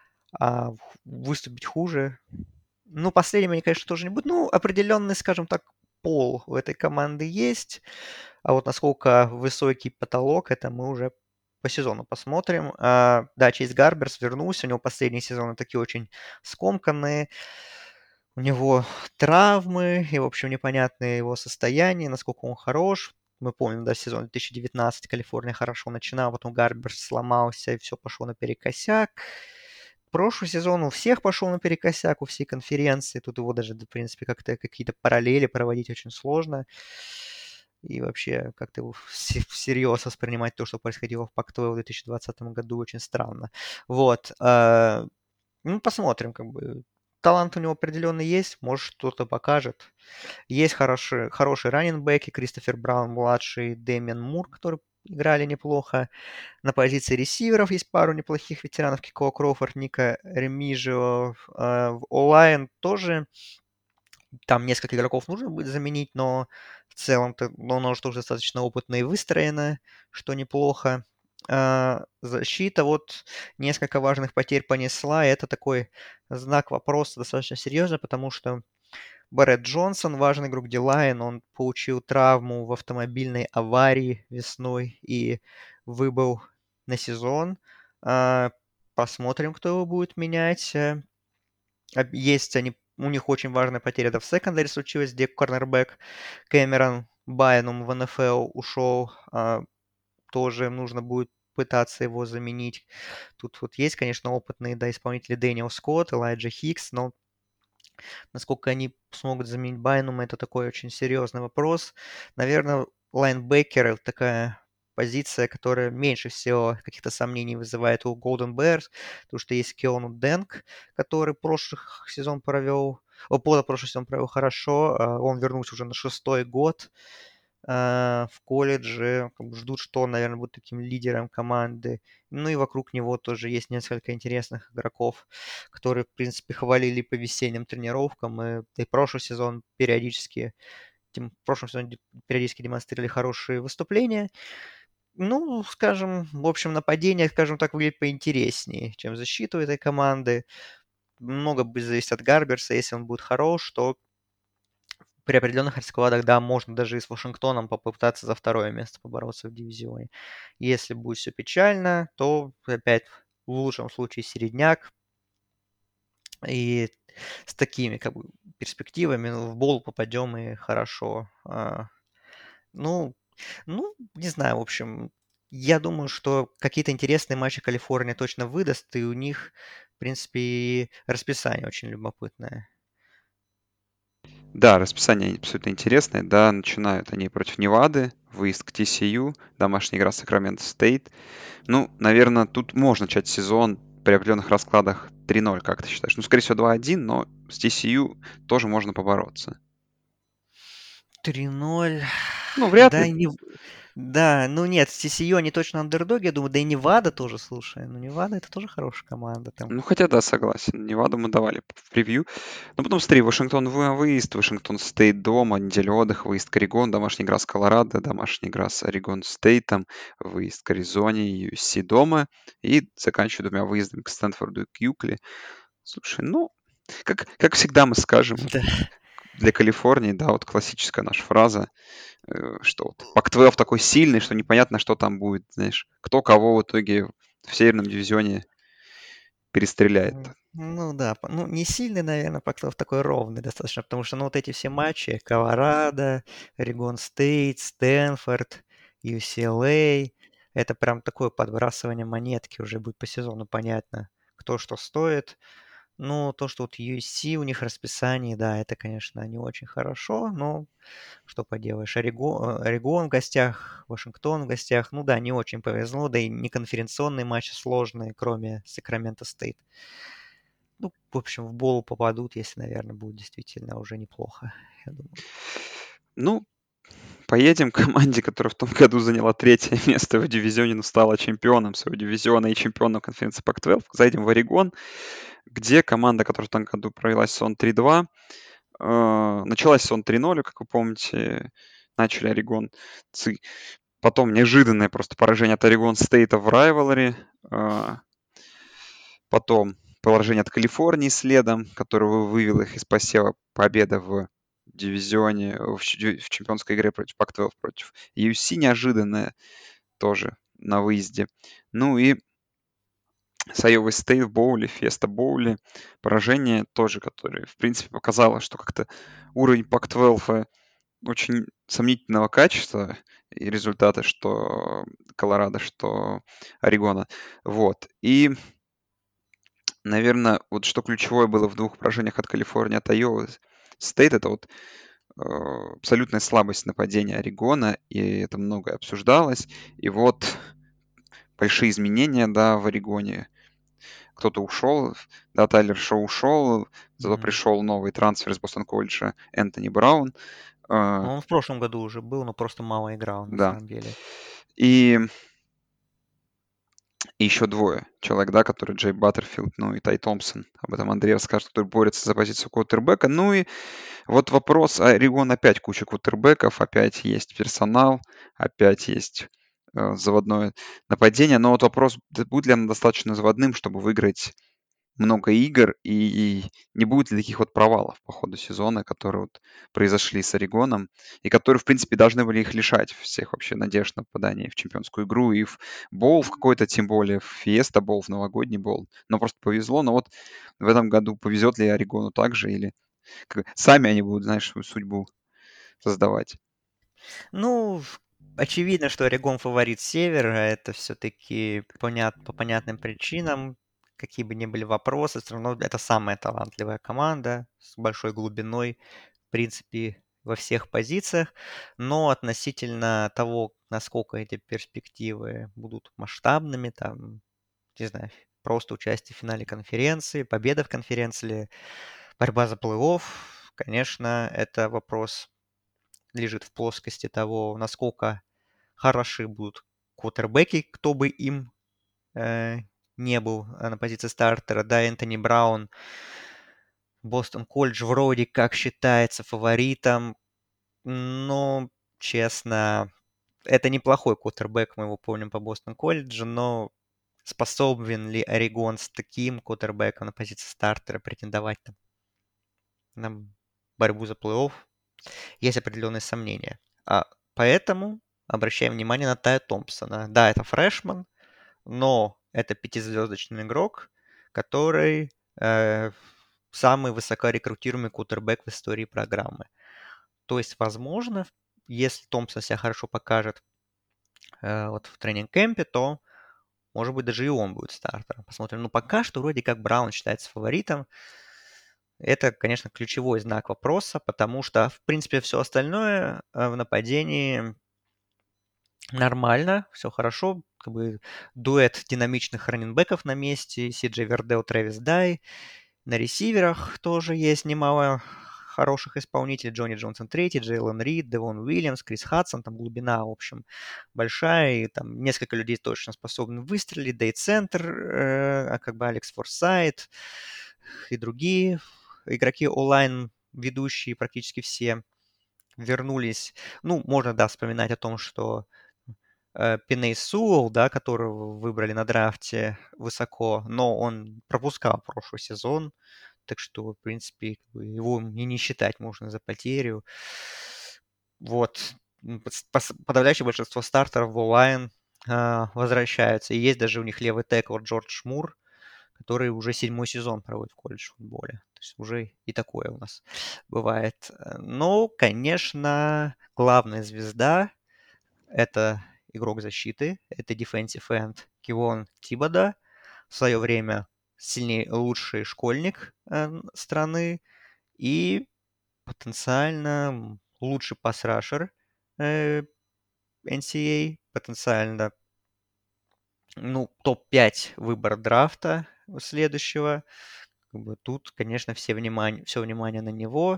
А в- выступить хуже, ну, последним они, конечно, тоже не будут. Ну, определенный, скажем так, пол у этой команды есть. А вот насколько высокий потолок, это мы уже по сезону посмотрим. А, да, Чейз Гарберс вернулся, у него последние сезоны такие очень скомканные. У него травмы и, в общем, непонятное его состояние, насколько он хорош. Мы помним, да, сезон две тысячи девятнадцатый Калифорния хорошо начинала, потом Гарберс сломался, и все пошло наперекосяк. Прошлый сезон у всех пошел наперекосяк, у всей конференции. Тут его даже, в принципе, как-то какие-то параллели проводить очень сложно. И вообще как-то его все- всерьез воспринимать то, что происходило в пак твелв в две тысячи двадцатом году, очень странно. Вот. а, Ну, посмотрим, как бы. Талант у него определенный есть, может, что-то покажет. Есть хорошие, хорошие раннинбеки, Кристофер Браун-младший, Дэмиан Мур, которые играли неплохо. На позиции ресиверов есть пару неплохих ветеранов, Кико Кроуфорд, Ника Ремиджио. Э, В онлайн тоже там несколько игроков нужно будет заменить, но в целом-то ну, оно уже тоже достаточно опытно и выстроено, что неплохо. А, Защита вот несколько важных потерь понесла, и это такой знак вопроса достаточно серьезно, потому что Барретт Джонсон, важный игрок Дилайн, он получил травму в автомобильной аварии весной и выбыл на сезон. А, Посмотрим, кто его будет менять. Э, об- Есть они, у них очень важная потеря, это в секондаре случилась, где корнербэк Кэмерон Байнум в эн эф эл ушел. А, Тоже нужно будет пытаться его заменить. Тут вот есть, конечно, опытные да, исполнители Дэниел Скотт, Элайджа Хикс, но насколько они смогут заменить Байнума, это такой очень серьезный вопрос. Наверное, лайнбекеры такая позиция, которая меньше всего каких-то сомнений вызывает у Golden Bears, потому что есть Кеону Дэнк, который прошлый сезон провел, о, прошлый сезон провел хорошо, а он вернулся уже на шестой год, а, в колледже, как бы ждут, что он, наверное, будет таким лидером команды. Ну и вокруг него тоже есть несколько интересных игроков, которые, в принципе, хвалили по весенним тренировкам. И, да и прошлый сезон периодически, тем, в прошлом сезоне де- периодически демонстрировали хорошие выступления. Ну, скажем, в общем, нападение, скажем так, выглядит поинтереснее, чем защита у этой команды. Много будет зависеть от Гарберса. Если он будет хорош, то при определенных раскладах, да, можно даже и с Вашингтоном попытаться за второе место побороться в дивизионе. Если будет все печально, то опять в лучшем случае середняк. И с такими как бы перспективами ну, в бол попадем и хорошо. А, ну, ну, не знаю, в общем, я думаю, что какие-то интересные матчи Калифорния точно выдаст, и у них, в принципе, и расписание очень любопытное. Да, расписание абсолютно интересное. Да, начинают они против Невады, выезд к ти си ю, домашняя игра с Сакраменто Стейт. Ну, наверное, тут можно начать сезон при определенных раскладах три ноль, как ты считаешь? Ну, скорее всего, два один, но с ти си ю тоже можно побороться. три ноль. Ну, вряд Да, ли. и не... Да, ну нет, си си ю они точно андердоги, я думаю, да и Невада тоже, слушай. Ну, Невада это тоже хорошая команда. Там Ну, хотя да, согласен. Неваду мы давали в превью. Но потом смотри, Вашингтон вы- выезд, Вашингтон Стейт дома, неделя отдыха, выезд к Орегону, домашняя игра с Колорадо, домашняя игра с Орегон Стейтом, выезд к Аризоне, ю эс си дома и заканчиваю двумя выездами к Стэнфорду и к Юкли. Слушай, ну, как, как всегда мы скажем, да. для Калифорнии, да, вот классическая наша фраза, э, что вот пак твелв такой сильный, что непонятно, что там будет, знаешь, кто кого в итоге в северном дивизионе перестреляет. М, Ну да, п- ну не сильный, наверное, Пактов такой ровный достаточно, потому что ну вот эти все матчи, Колорадо, Орегон Стейт, Стэнфорд, ю си эл эй, это прям такое подбрасывание монетки уже будет по сезону понятно, кто что стоит. Ну, то, что вот ю эс си, у них расписание, да, это, конечно, не очень хорошо, но что поделаешь. Орегон, Орегон в гостях, Вашингтон в гостях, ну да, не очень повезло, да и не конференционные матчи сложные, кроме Сакраменто Стейт. Ну, в общем, в болу попадут, если, наверное, будет действительно уже неплохо, я думаю. Ну, поедем к команде, которая в том году заняла третье место в дивизионе, но стала чемпионом своего дивизиона и чемпионом конференции пак твелв. Зайдем в Орегон, где команда, которая в том году провела сезон три два, э, начала сезон три ноль, как вы помните, начали Орегонцы Потом неожиданное просто поражение от Орегон Стейта в Райвелри. Потом поражение от Калифорнии следом, который вывел их из посева, победа в дивизионе, в, в чемпионской игре против пак двенадцать, против ю эф си неожиданная тоже на выезде. Ну и с Айовой Стейт в боуле, Феста боуле. Поражение тоже, которое, в принципе, показало, что как-то уровень пак двенадцать очень сомнительного качества и результаты, что Колорадо, что Орегона. Вот. И, наверное, вот что ключевое было в двух поражениях от Калифорнии, от Айовы Стейт, это вот э, абсолютная слабость нападения Орегона, и это многое обсуждалось. И вот большие изменения, да, в Орегоне. Кто-то ушел, да, Тайлер Шоу ушел, зато Мгм. пришел новый трансфер из Бостон колледжа Энтони Браун. Ну, Э, он в прошлом году уже был, но просто мало играл на да. самом деле. И, и еще двое человек, да, которые Джей Баттерфилд, ну и Тай Томпсон. Об этом Андрей расскажет, который борется за позицию квотербека. Ну и вот вопрос. Орегон опять куча квотербеков, опять есть персонал, опять есть э, заводное нападение. Но вот вопрос, д- будет ли оно достаточно заводным, чтобы выиграть много игр, и, и не будет ли таких вот провалов по ходу сезона, которые вот произошли с Орегоном, и которые, в принципе, должны были их лишать всех вообще надежд на попадание в чемпионскую игру и в боул в какой-то, тем более в Фиеста боул, в новогодний боул. Но просто повезло. Но вот в этом году повезет ли Орегону также, или как- сами они будут, знаешь, свою судьбу создавать? Ну, очевидно, что Орегон фаворит Севера. Это все-таки понят, по понятным причинам. Какие бы ни были вопросы, все равно это самая талантливая команда с большой глубиной, в принципе, во всех позициях. Но относительно того, насколько эти перспективы будут масштабными, там, не знаю, просто участие в финале конференции, победа в конференции, борьба за плей-офф, конечно, это вопрос лежит в плоскости того, насколько хороши будут квотербеки, кто бы им э, не был э, на позиции стартера. Да, Энтони Браун, Бостон Колледж вроде как считается фаворитом, но, честно, это неплохой квотербек, мы его помним по Бостон Колледжу, но способен ли Орегон с таким квотербеком на позиции стартера претендовать там, на борьбу за плей-офф? Есть определенные сомнения. А поэтому обращаем внимание на Тая Томпсона. Да, это фрешман, но это пятизвездочный игрок, который э, самый высокорекрутируемый кутербэк в истории программы. То есть, возможно, если Томпсон себя хорошо покажет э, вот в тренинг-кемпе, то, может быть, даже и он будет стартером. Посмотрим. Ну, пока что вроде как Браун считается фаворитом. Это, конечно, ключевой знак вопроса, потому что, в принципе, все остальное э, в нападении нормально, все хорошо. Как бы дуэт динамичных раннинбеков на месте. Си Джей Вердеу, Трэвис Дай. На ресиверах тоже есть немало хороших исполнителей. Джонни Джонсон третий, Джейлон Рид, Девон Уильямс, Крис Хадсон. Там глубина, в общем, большая. И там несколько людей точно способны выстрелить. Дэй Центр, э, а как бы Алекс Форсайт и другие игроки онлайн, ведущие практически все вернулись. Ну, можно, да, вспоминать о том, что э, Пиней Суэлл, да, которого выбрали на драфте высоко, но он пропускал прошлый сезон, так что, в принципе, как бы его и не считать можно за потерю. Вот. М, пос- пос- Подавляющее большинство стартеров в онлайн возвращаются. И есть даже у них левый текл Джордж Мур, который уже седьмой сезон проводит в колледж футболе. То есть уже и такое у нас бывает. Э, Но, конечно, главная звезда — это игрок защиты, это defensive end Кивон Тибода, в свое время сильнее, лучший школьник э, страны и потенциально лучший пасрашер э, эн си эй эй, потенциально ну, топ пять выбор драфта следующего. Как бы тут, конечно, все внимание, все внимание на него.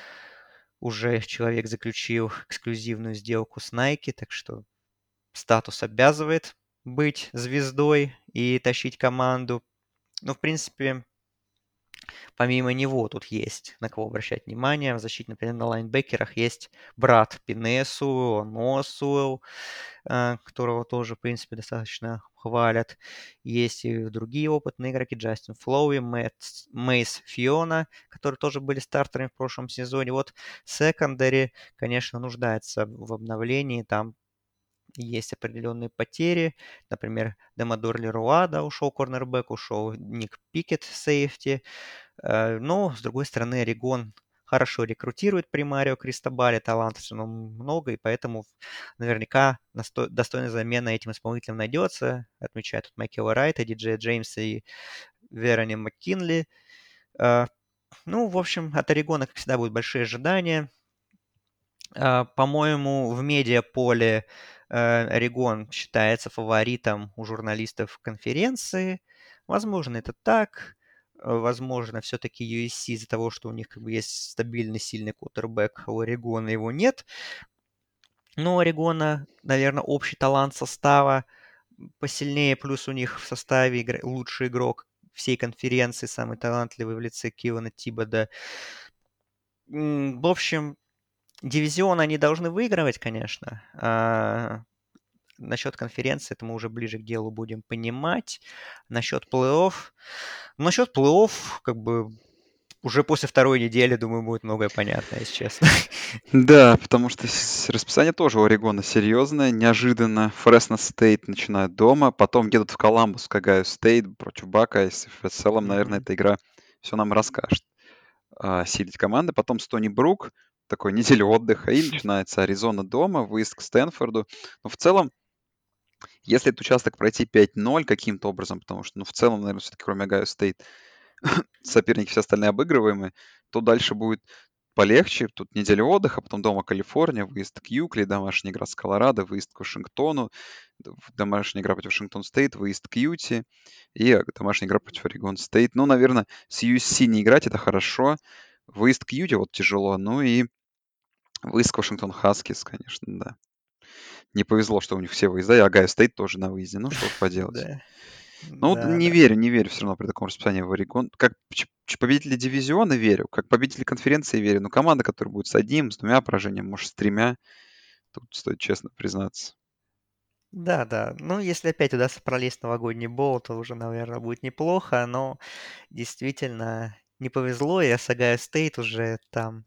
Уже человек заключил эксклюзивную сделку с Nike, так что статус обязывает быть звездой и тащить команду. Ну, в принципе, Помимо него тут есть на кого обращать внимание. В защите, например, на лайнбекерах есть брат Пинесу, Носуэлл, э, которого тоже, в принципе, достаточно хвалят. Есть и другие опытные игроки, Джастин Флоуи, Мэтт, Мейс Фиона, которые тоже были стартерами в прошлом сезоне. Вот секондари, конечно, нуждается в обновлении. Там есть определенные потери. Например, Демодор Леруа, да, ушел корнербэк, ушел Ник Пикет, сейфти. Э, Но, с другой стороны, Орегон хорошо рекрутирует при Марио Кристобале, талантов все равно много, и поэтому наверняка насто- достойная замена этим исполнителям найдется. Отмечают тут Майкела Райта, Диджея Джеймса и Верони МcКинли. Э, Ну, в общем, от Орегона, как всегда, будут большие ожидания. А, По-моему, в медиаполе э, Орегон считается фаворитом у журналистов конференции. Возможно, это так. Э, Возможно, все-таки ю эс си из-за того, что у них как бы есть стабильный, сильный квотербек, а у Орегона его нет. Но у Орегона, наверное, общий талант состава посильнее, плюс у них в составе игр- лучший игрок всей конференции, самый талантливый в лице Кивана Тибода. М, В общем, дивизион они должны выигрывать, конечно. А насчет конференции, это мы уже ближе к делу будем понимать. Насчет плей-офф. Насчет плей-офф, как бы, уже после второй недели, думаю, будет многое понятно, если честно. Да, потому что с- расписание тоже у Орегона серьезное. Неожиданно Фресно Стейт начинает дома, потом едут в Коламбус, Кагаю Стейт против Бака. Если в целом, наверное, Мгм. эта игра все нам расскажет. А, силить команды. Потом Стони Брук, такой неделя отдыха, и начинается Аризона дома, выезд к Стэнфорду. Но в целом, если этот участок пройти пять ноль каким-то образом, потому что, ну, в целом, наверное, все-таки кроме Огайо Стейт соперники все остальные обыгрываемые, то дальше будет полегче. Тут неделя отдыха, потом дома Калифорния, выезд к Юкли, домашняя игра с Колорадо, выезд к Вашингтону, д- домашняя игра против Вашингтон Стейт, выезд к Юти и э, домашняя игра против Орегон Стейт. Ну, наверное, с ю эс си не играть — это хорошо. Выезд к Юте вот тяжело. Ну и выезд к Вашингтон Хаскис, конечно, да. Не повезло, что у них все выезда, и Огайо Стейт тоже на выезде. Ну, что уж поделать. Да, Ну, вот да, не да. верю, не верю все равно при таком расписании в Орегон. Как ч- ч- победители дивизиона верю, как победители конференции верю. Но команда, которая будет с одним, с двумя поражениями, может, с тремя, тут стоит честно признаться. Да, да. Ну, если опять удастся пролезть в новогодний боул, то уже, наверное, будет неплохо, но действительно не повезло, и Осагая Стейт уже там.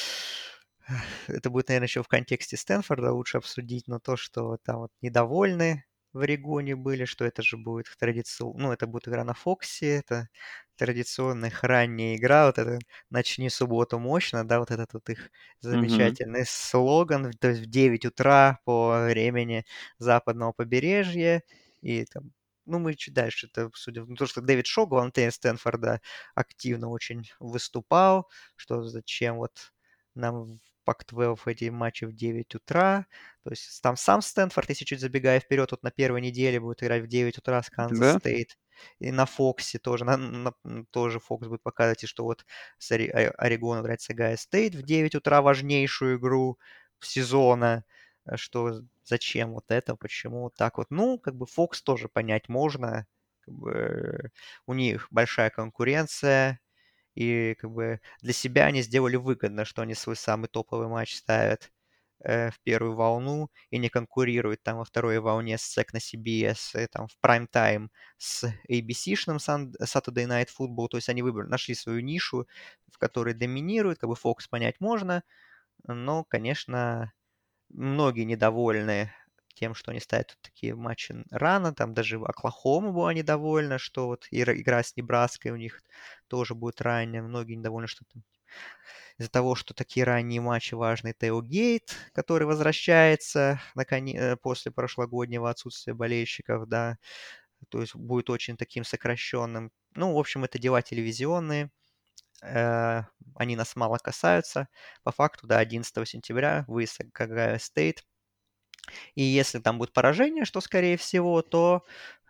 Это будет, наверное, еще в контексте Стэнфорда лучше обсудить, но то, что там вот недовольны в Орегоне были, что это же будет традиционно, ну, это будет игра на Фоксе, это традиционная их ранняя игра, вот это «Начни субботу мощно», да, вот этот вот их Мгм. замечательный слоган, то есть в девять утра по времени западного побережья, и там, ну, мы чуть дальше, это, судя на то, что Дэвид Шоу, главный тренер Стэнфорда, активно очень выступал, что зачем вот нам в пак двенадцать эти матчи в девять утра. То есть там сам Стэнфорд, если чуть забегая вперед, вот на первой неделе будет играть в девять утра с Канзас Да? Стейт. И на Фоксе тоже, на, на- м, тоже Фокс будет показывать, и что вот с Ори- О- Орегон играет с Огайо Стейт в девять утра важнейшую игру сезона. Э, Что зачем вот это, почему вот так вот. Ну, как бы Фокс тоже понять можно. Как бы, э, у них большая конкуренция, и как бы для себя они сделали выгодно, что они свой самый топовый матч ставят э, в первую волну и не конкурируют там во второй волне с сек на си би эс, и, там в прайм-тайм с эй би си-шным Saturday Night Football. То есть они выбрали, нашли свою нишу, в которой доминируют. Как бы Fox понять можно, но, конечно, многие недовольны тем, что они ставят тут такие матчи рано, там даже Оклахома была недовольна, что вот ира- игра с Небраской у них тоже будет ранняя. Многие недовольны, что там из-за того, что такие ранние матчи важны. Тейлгейт, который возвращается наконе- э, после прошлогоднего отсутствия болельщиков, да, то есть будет очень таким сокращенным. Ну, в общем, это дела телевизионные, э, они нас мало касаются. По факту, да, одиннадцатого сентября выезд к Огайо Стейт. И если там будет поражение, что скорее всего, то,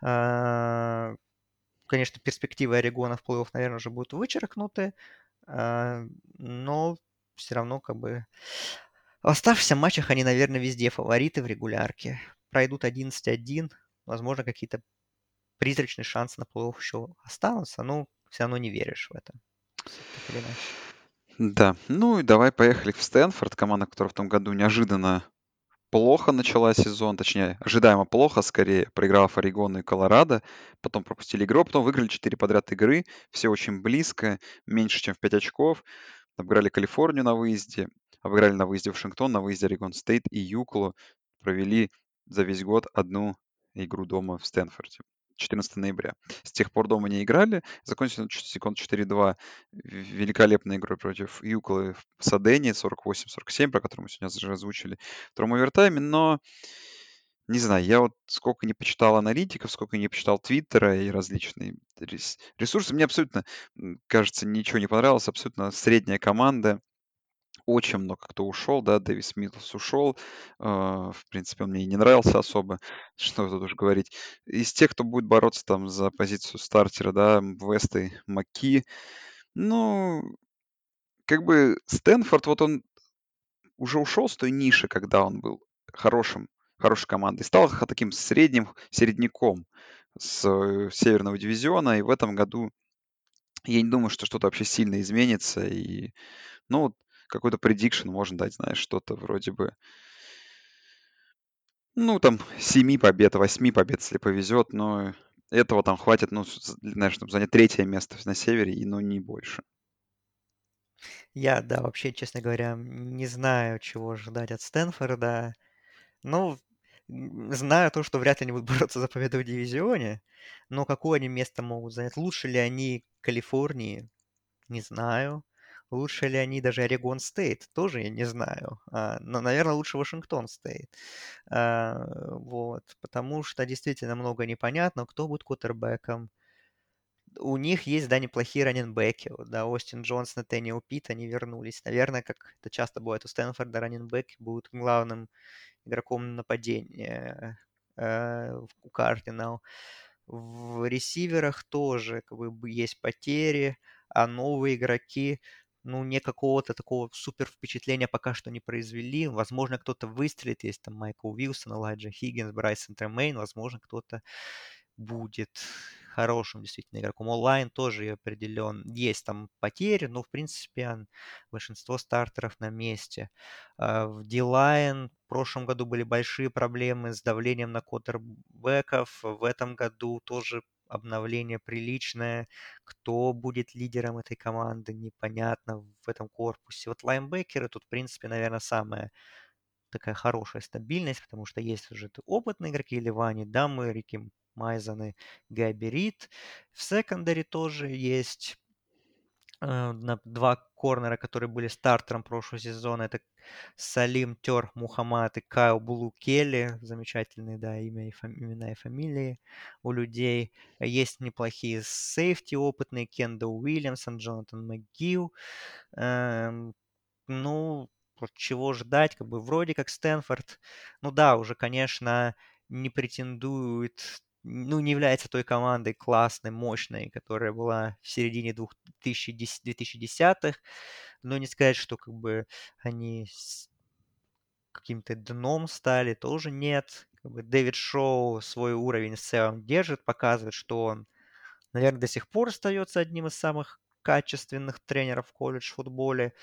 э, конечно, перспективы Орегона в плей-офф, наверное, уже будут вычеркнуты. Э, но все равно как бы в оставшихся матчах они, наверное, везде фавориты в регулярке. Пройдут одиннадцать один, возможно, какие-то призрачные шансы на плей-офф еще останутся, но все равно не веришь в это. так или иначе. Да, ну и давай поехали в Стэнфорд, команда, которая в том году неожиданно плохо начала сезон, точнее, ожидаемо плохо, скорее, проиграв Орегону и Колорадо, потом пропустили игру, а потом выиграли четыре подряд игры, все очень близко, меньше, чем в пять очков, обыграли Калифорнию на выезде, обыграли на выезде Вашингтон, на выезде Орегон Стейт и Юклу, провели за весь год одну игру дома в Стэнфорде. четырнадцатого ноября. С тех пор дома не играли. Закончили секунд четыре-два великолепной игрой против Юклы в Садене сорок восемь сорок семь, про которую мы сегодня уже озвучили в втором овертайме. Но, не знаю, я вот сколько не почитал аналитиков, сколько не почитал Твиттера и различные рес- ресурсы, мне абсолютно, м, кажется, ничего не понравилось. Абсолютно средняя команда. Очень много кто ушел, да, Дэвис Милс ушел. а, В принципе, он мне и не нравился особо, что тут уж говорить. Из тех, кто будет бороться там за позицию стартера, да, Вест и Маки, ну, как бы Стэнфорд, вот он уже ушел с той ниши, когда он был хорошим, хорошей командой, стал х- таким средним середняком с э, северного дивизиона, и в этом году я не думаю, что что-то вообще сильно изменится, и, ну, вот какой-то предикшн можно дать, знаешь, что-то вроде бы. Ну, там семи побед, восьми побед, если повезет, но этого там хватит, ну, с- знаешь, чтобы занять третье место на севере, и, ну, не больше. Я, да, вообще, честно говоря, не знаю, чего ожидать от Стэнфорда. Ну, м, знаю то, что вряд ли они будут бороться за победу в дивизионе, но какое они место могут занять? Лучше ли они Калифорнии? Не знаю. Лучше ли они даже Орегон Стейт? Тоже я не знаю. А, но, наверное, лучше Вашингтон Стейт. А, вот. Потому что действительно много непонятно, кто будет кутербэком. У них есть, да, неплохие раненбеки. Вот, да, Остин Джонс, Натэниэл Питт, они вернулись. Наверное, как это часто бывает у Стэнфорда, раненбеки будут главным игроком нападения э, у Кардинал. В ресиверах тоже как бы б- есть потери, а новые игроки, ну, не какого-то такого супер впечатления пока что не произвели. Возможно, кто-то выстрелит, есть там Майкл Уилсон, Элайджа Хиггинс, Брайсон Тремейн, возможно, кто-то будет хорошим действительно игроком. Онлайн тоже определен. Есть там потери, но в принципе он- большинство стартеров на месте. А, В D-Line в прошлом году были большие проблемы с давлением на квотербеков. В этом году тоже обновление приличное. Кто будет лидером этой команды, непонятно в этом корпусе. Вот лайнбекеры тут, в принципе, наверное, самая такая хорошая стабильность, потому что есть уже т- опытные игроки, Ливани, Дамы, Рики Майзаны, Габерит. В секондаре тоже есть э, на- два корнера, которые были стартером прошлого сезона. Это Салим Тер Мухаммад и Кайл Блу Келли. Замечательные, да, имя и фами- имена и фамилии у людей. Есть неплохие сейфти опытные. Кендалл Уильямсон, Джонатан МcГилл. Эм, ну, вот чего ждать, как бы вроде как Стэнфорд, ну да, уже, конечно, не претендует, ну, не является той командой классной, мощной, которая была в середине двухтысячных, но не сказать, что как бы они с каким-то дном стали, тоже нет. Как бы Дэвид Шоу свой уровень в целом держит, показывает, что он, наверное, до сих пор остается одним из самых качественных тренеров в колледж-футболе.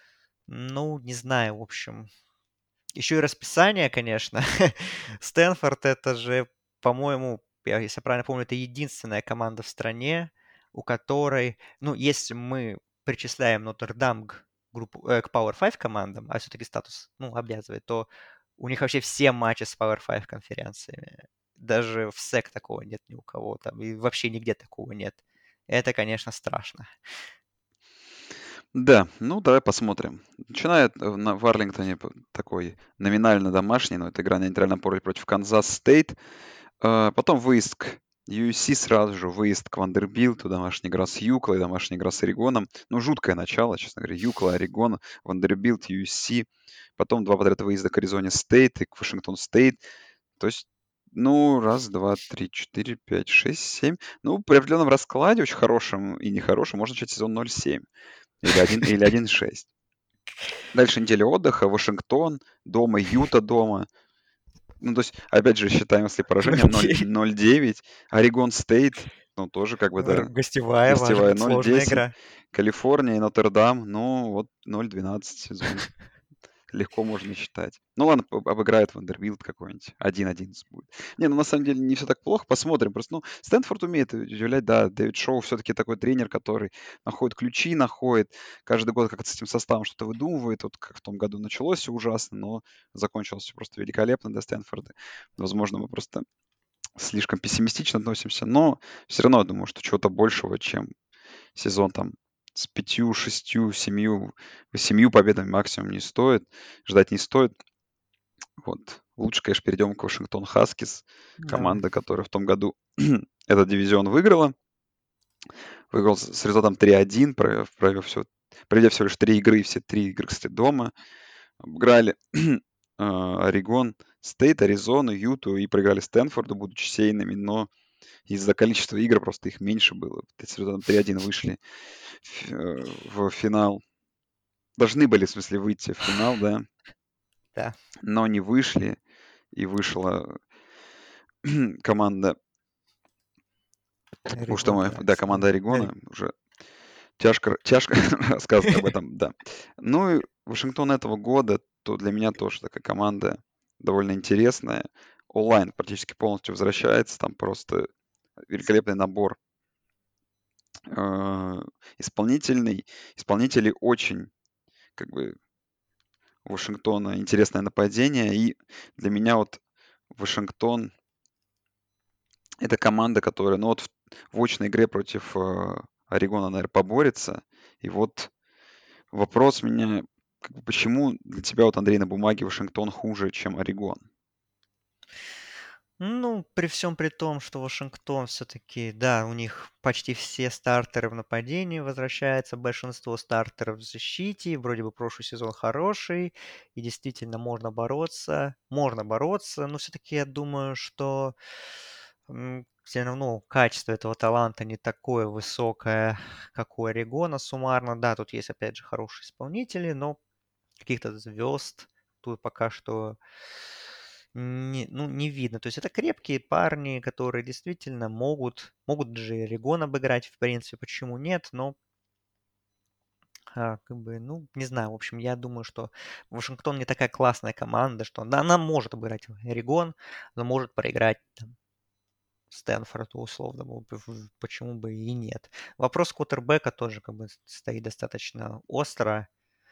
Ну, не знаю, в общем. Еще и расписание, конечно. Стэнфорд это же, по-моему, я- если я правильно помню, это единственная команда в стране, у которой, ну, если мы причисляем Нотр-Дам к, группу, э, к Power пять командам, а все-таки статус, ну, обязывает, то у них вообще все матчи с Power пять конференциями. Даже в сек такого нет ни у кого там, и вообще нигде такого нет. Это, конечно, страшно. Да, ну давай посмотрим. Начинает э, на, в Арлингтоне п- такой номинально домашний, но это игра на нейтральном поле против Канзас Стейт. А, Потом выезд к ю эс си сразу же, выезд к Вандербилту, домашняя игра с Юклой, домашняя игра с Орегоном. Ну, жуткое начало, честно говоря. Юкла, Орегон, Вандербилт, ю эс си. Потом два подряд выезда к Аризоне Стейт и к Вашингтон Стейт. То есть, ну, раз, два, три, четыре, пять, шесть, семь. Ну, при определенном раскладе, очень хорошем и нехорошем, можно начать сезон ноль семь или один или один шесть. Дальше неделя отдыха, Вашингтон, дома, Юта дома. Ну, то есть, опять же, считаем, если поражение ноль ноль девять, Орегон Стейт. Ну, тоже как бы, Р- да, Гостевая, может гостевая быть, ноль сложная десять. игра. Калифорния и Нотр-Дам, ну, вот ноль двенадцать сезон. Легко можно считать. Ну ладно, об- обыграет Вандербилт какой-нибудь. один одиннадцать будет. Не, ну на самом деле не все так плохо. Посмотрим. Просто, ну, Стэнфорд умеет удивлять, да. Дэвид Шоу все-таки такой тренер, который находит ключи, находит. Каждый год как-то с этим составом что-то выдумывает. Вот как в том году началось все ужасно, но закончилось все просто великолепно для Стэнфорда. Возможно, мы просто слишком пессимистично относимся, но все равно я думаю, что чего-то большего, чем сезон там с пятью, шестью, семью, семью победами максимум не стоит, ждать не стоит. Вот. Лучше, конечно, перейдем к Вашингтон Хаскис, Да. команда, которая в том году этот дивизион выиграла. Выиграл с с результатом три один, провев, провев все, проведя всего лишь три игры, все три игры, кстати, дома. Обыграли а, Орегон Стейт, Аризону, Юту и проиграли Стэнфорду, будучи сейными, но из-за количества игр просто их меньше было. Вот с результатом три один вышли в, э, в финал. Должны были, в смысле, выйти в финал, да, Да. но не вышли. И вышла команда, потому что Орегон, мы, да, да, команда кстати. Ори- Орегона, уже тяжко, тяжко рассказывать об этом, да. Ну и Вашингтон этого года, то для меня тоже такая команда довольно интересная. Онлайн практически полностью возвращается, там просто великолепный набор э, исполнительный. Исполнители очень, как бы, у Вашингтона интересное нападение, и для меня вот Вашингтон — это команда, которая, ну вот в, в очной игре против э, Орегона, наверное, поборется. И вот вопрос меня, как бы, почему для тебя вот, Андрей, на бумаге Вашингтон хуже, чем Орегон? Ну, при всем при том, что Вашингтон все-таки, да, у них почти все стартеры в нападении, возвращается большинство стартеров в защите. Вроде бы прошлый сезон хороший, и действительно можно бороться. Можно бороться, но все-таки я думаю, что все равно качество этого таланта не такое высокое, как у Орегона суммарно. Да, тут есть, опять же, хорошие исполнители, но каких-то звезд тут пока что не, ну, не видно. То есть это крепкие парни, которые действительно могут, могут же и Орегон обыграть, в принципе, почему нет, но а, как бы, ну, не знаю, в общем, я думаю, что Вашингтон не такая классная команда, что да, она может обыграть Орегон, но может проиграть там, Стэнфорду условно, ну, п- в- почему бы и нет. Вопрос квотербека тоже как бы стоит достаточно остро.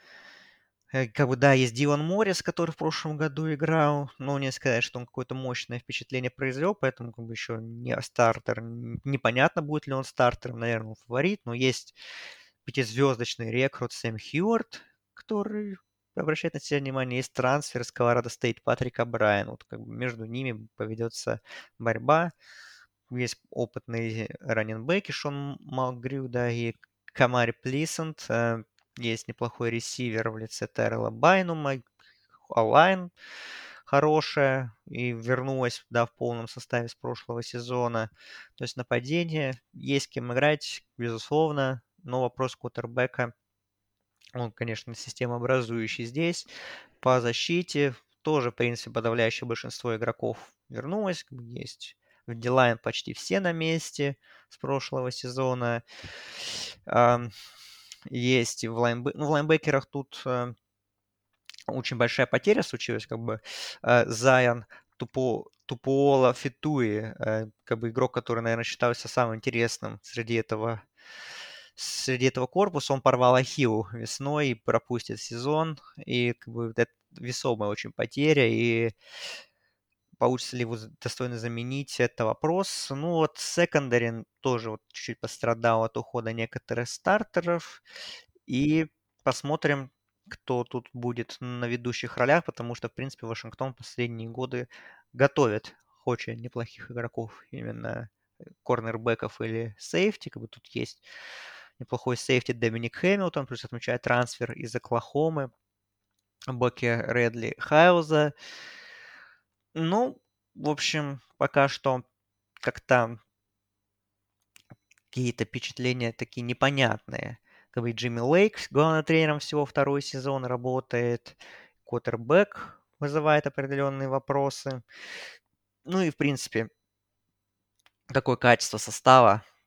Э, Как бы, да, есть Дилан Моррис, который в прошлом году играл, но не сказать, что он какое-то мощное впечатление произвел, поэтому как бы еще не стартер. Н- Непонятно, будет ли он стартером, наверное, он фаворит, но есть пятизвездочный рекрут Сэм Хьюарт, который обращает на себя внимание. Есть трансфер из Колорадо Стейт Патрика Брайана. Вот как бы между ними поведется борьба. Есть опытный раненбеки Шон Малгрю, да, и Камари Плисант. э, Есть неплохой ресивер в лице Террела Байнума. Онлайн хорошая и вернулась, да, в полном составе с прошлого сезона. То есть нападение, есть кем играть, безусловно, но вопрос квотербека, он, конечно, системообразующий здесь. По защите тоже, в принципе, подавляющее большинство игроков вернулось. Как бы есть в Дилайн почти все на месте с прошлого сезона. Ам, Есть в, лайнбе... ну, в лайнбекерах тут э, очень большая потеря случилась. Как бы э, Зайон Тупо... Тупуола Фитуи, э, как бы игрок, который, наверное, считался самым интересным среди этого среди этого корпуса. Он порвал ахилл весной и пропустит сезон. И как бы это весомая очень потеря. И получится ли его з- достойно заменить, это вопрос. Ну вот секондари тоже вот чуть-чуть пострадал от ухода некоторых стартеров. И посмотрим, кто тут будет на ведущих ролях, потому что, в принципе, Вашингтон последние годы готовит очень неплохих игроков, именно э, корнербеков или сейфти. Как бы тут есть неплохой сейфти Доминик Хэмилтон, плюс отмечает трансфер из Оклахомы Боки Редли Хайлза. Ну, в общем, пока что как-то какие-то впечатления такие непонятные. Как бы и Джимми Лейк, главным тренером всего второй сезон работает. Квотербек вызывает определенные вопросы. Ну и, в принципе, такое качество состава.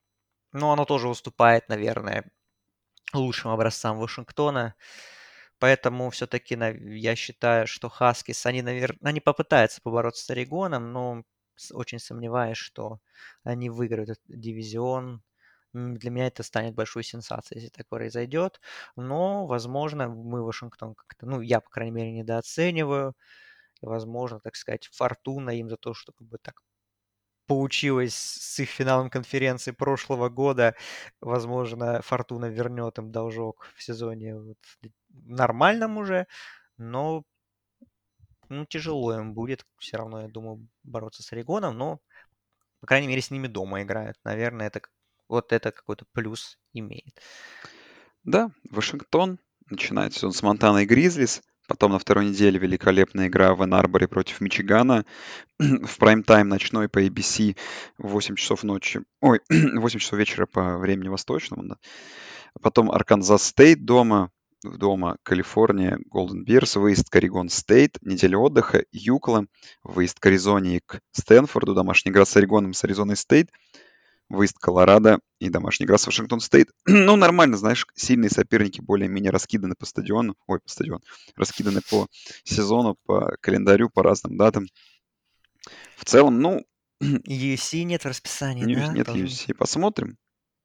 Но оно тоже уступает, наверное, лучшим образцам Вашингтона. Поэтому все-таки я считаю, что Хаскис, они, наверное, они попытаются побороться с Орегоном, но с- очень сомневаюсь, что они выиграют этот дивизион. М, Для меня это станет большой сенсацией, если так произойдет. Но, возможно, мы Вашингтон как-то, ну, я, по крайней мере, недооцениваю. И, возможно, так сказать, фортуна им за то, что как бы так получилось с их финалом конференции прошлого года. Возможно, Фортуна вернет им должок в сезоне вот нормальном уже, но ну, тяжело им будет все равно, я думаю, бороться с Орегоном, но, по крайней мере, с ними дома играют. Наверное, это вот это какой-то плюс имеет. Да, Вашингтон начинает сезон с Монтаной Гризлис. Потом на второй неделе великолепная игра в Энн-Арборе против Мичигана. В прайм-тайм ночной по эй би си в восемь часов ночи. Ой, восемь часов вечера по времени восточному. Да. Потом Арканзас Стейт дома. Дома Калифорния, Голден Бирс, выезд к Орегон Стейт, неделя отдыха, Юкла, выезд к Аризоне и к Стэнфорду, домашняя игра с Орегоном, с Аризоной Стейт, выезд Колорадо и домашняя игра с Вашингтон Стейт. Ну, нормально, знаешь, сильные соперники более-менее раскиданы по стадиону. Ой, по стадиону. Раскиданы по сезону, по календарю, по разным датам. В целом, ну, ю эф си нет в расписании, Ньюс да? нет Должен... ю эф си. Посмотрим.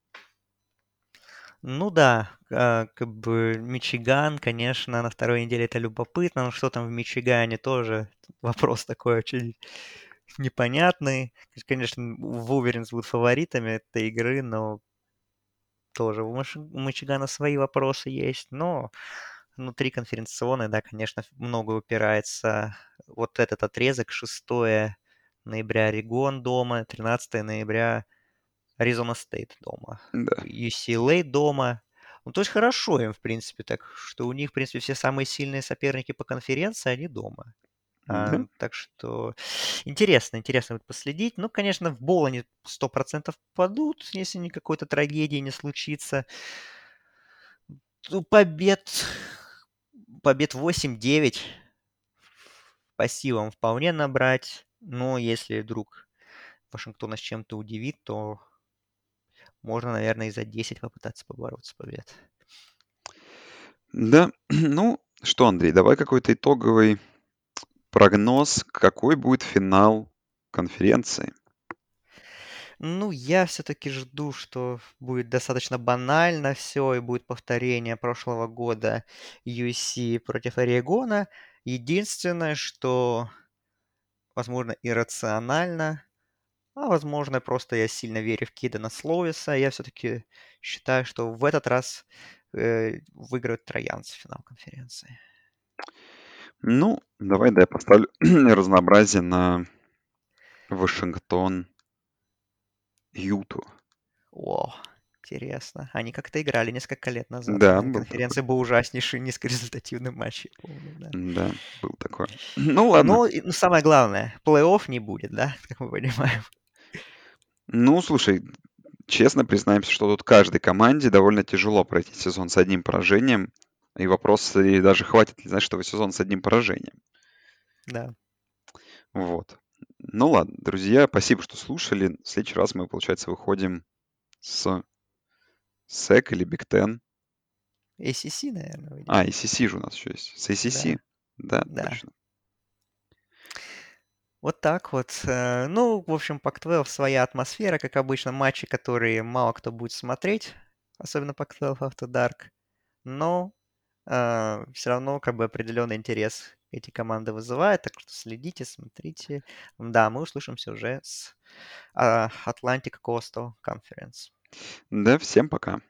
Ну да, а, как бы Мичиган, конечно, на второй неделе это любопытно, но что там в Мичигане тоже вопрос такой очень непонятный. Конечно, Вулверинс будут фаворитами этой игры, но тоже у Миш- у Мичигана свои вопросы есть. Но внутри конференционной, да, конечно, много упирается. Вот этот отрезок, шестое ноября Орегон дома, тринадцатое ноября Аризона Стейт дома, Да, ю си эл эй дома. Ну, то есть хорошо им, в принципе, так что у них, в принципе, все самые сильные соперники по конференции, они дома. А, да. так что интересно, интересно будет последить. Ну, конечно, в бол они сто процентов падут, если ни какой-то трагедии не случится. Ну, побед, побед восемь-девять по силам вполне набрать. Но если вдруг Вашингтона с чем-то удивит, то можно, наверное, и за десять попытаться побороться побед. Да, ну что, Андрей, давай какой-то итоговый прогноз, какой будет финал конференции. Ну, я все-таки жду, что будет достаточно банально все, и будет повторение прошлого года ю эс си против Орегона. Единственное, что, возможно, иррационально, а возможно, просто я сильно верю в Кидана Слоуиса, я все-таки считаю, что в этот раз э, выиграют троянцы финал конференции. Ну, давай, да, я поставлю разнообразие на Вашингтон, Юту. О, интересно. Они как-то играли несколько лет назад. Да, На был такой. конференции был ужаснейший низкорезультативный матч, я помню, да. Да, был такой. Ну ладно. Но и, ну, самое главное, плей-офф не будет, да, как мы понимаем. Ну, слушай, честно признаемся, что тут каждой команде довольно тяжело пройти сезон с одним поражением. И вопрос, и даже хватит ли, знаешь, этого сезона с одним поражением. Да. Вот. Ну ладно, друзья, спасибо, что слушали. В следующий раз мы, получается, выходим с сэк или Биг Ten. эй си си, наверное, А, выйдем. эй си си же у нас еще есть. С эй си си. Да, Да, да. точно. Вот так вот. Э, Ну, в общем, пак двенадцать своя атмосфера, как обычно, матчи, которые мало кто будет смотреть, особенно пак двенадцать After Dark. Но все равно как бы определенный интерес эти команды вызывают, так что следите, смотрите. Да, мы услышимся уже с а, Atlantic Coastal Conference. Да, всем пока.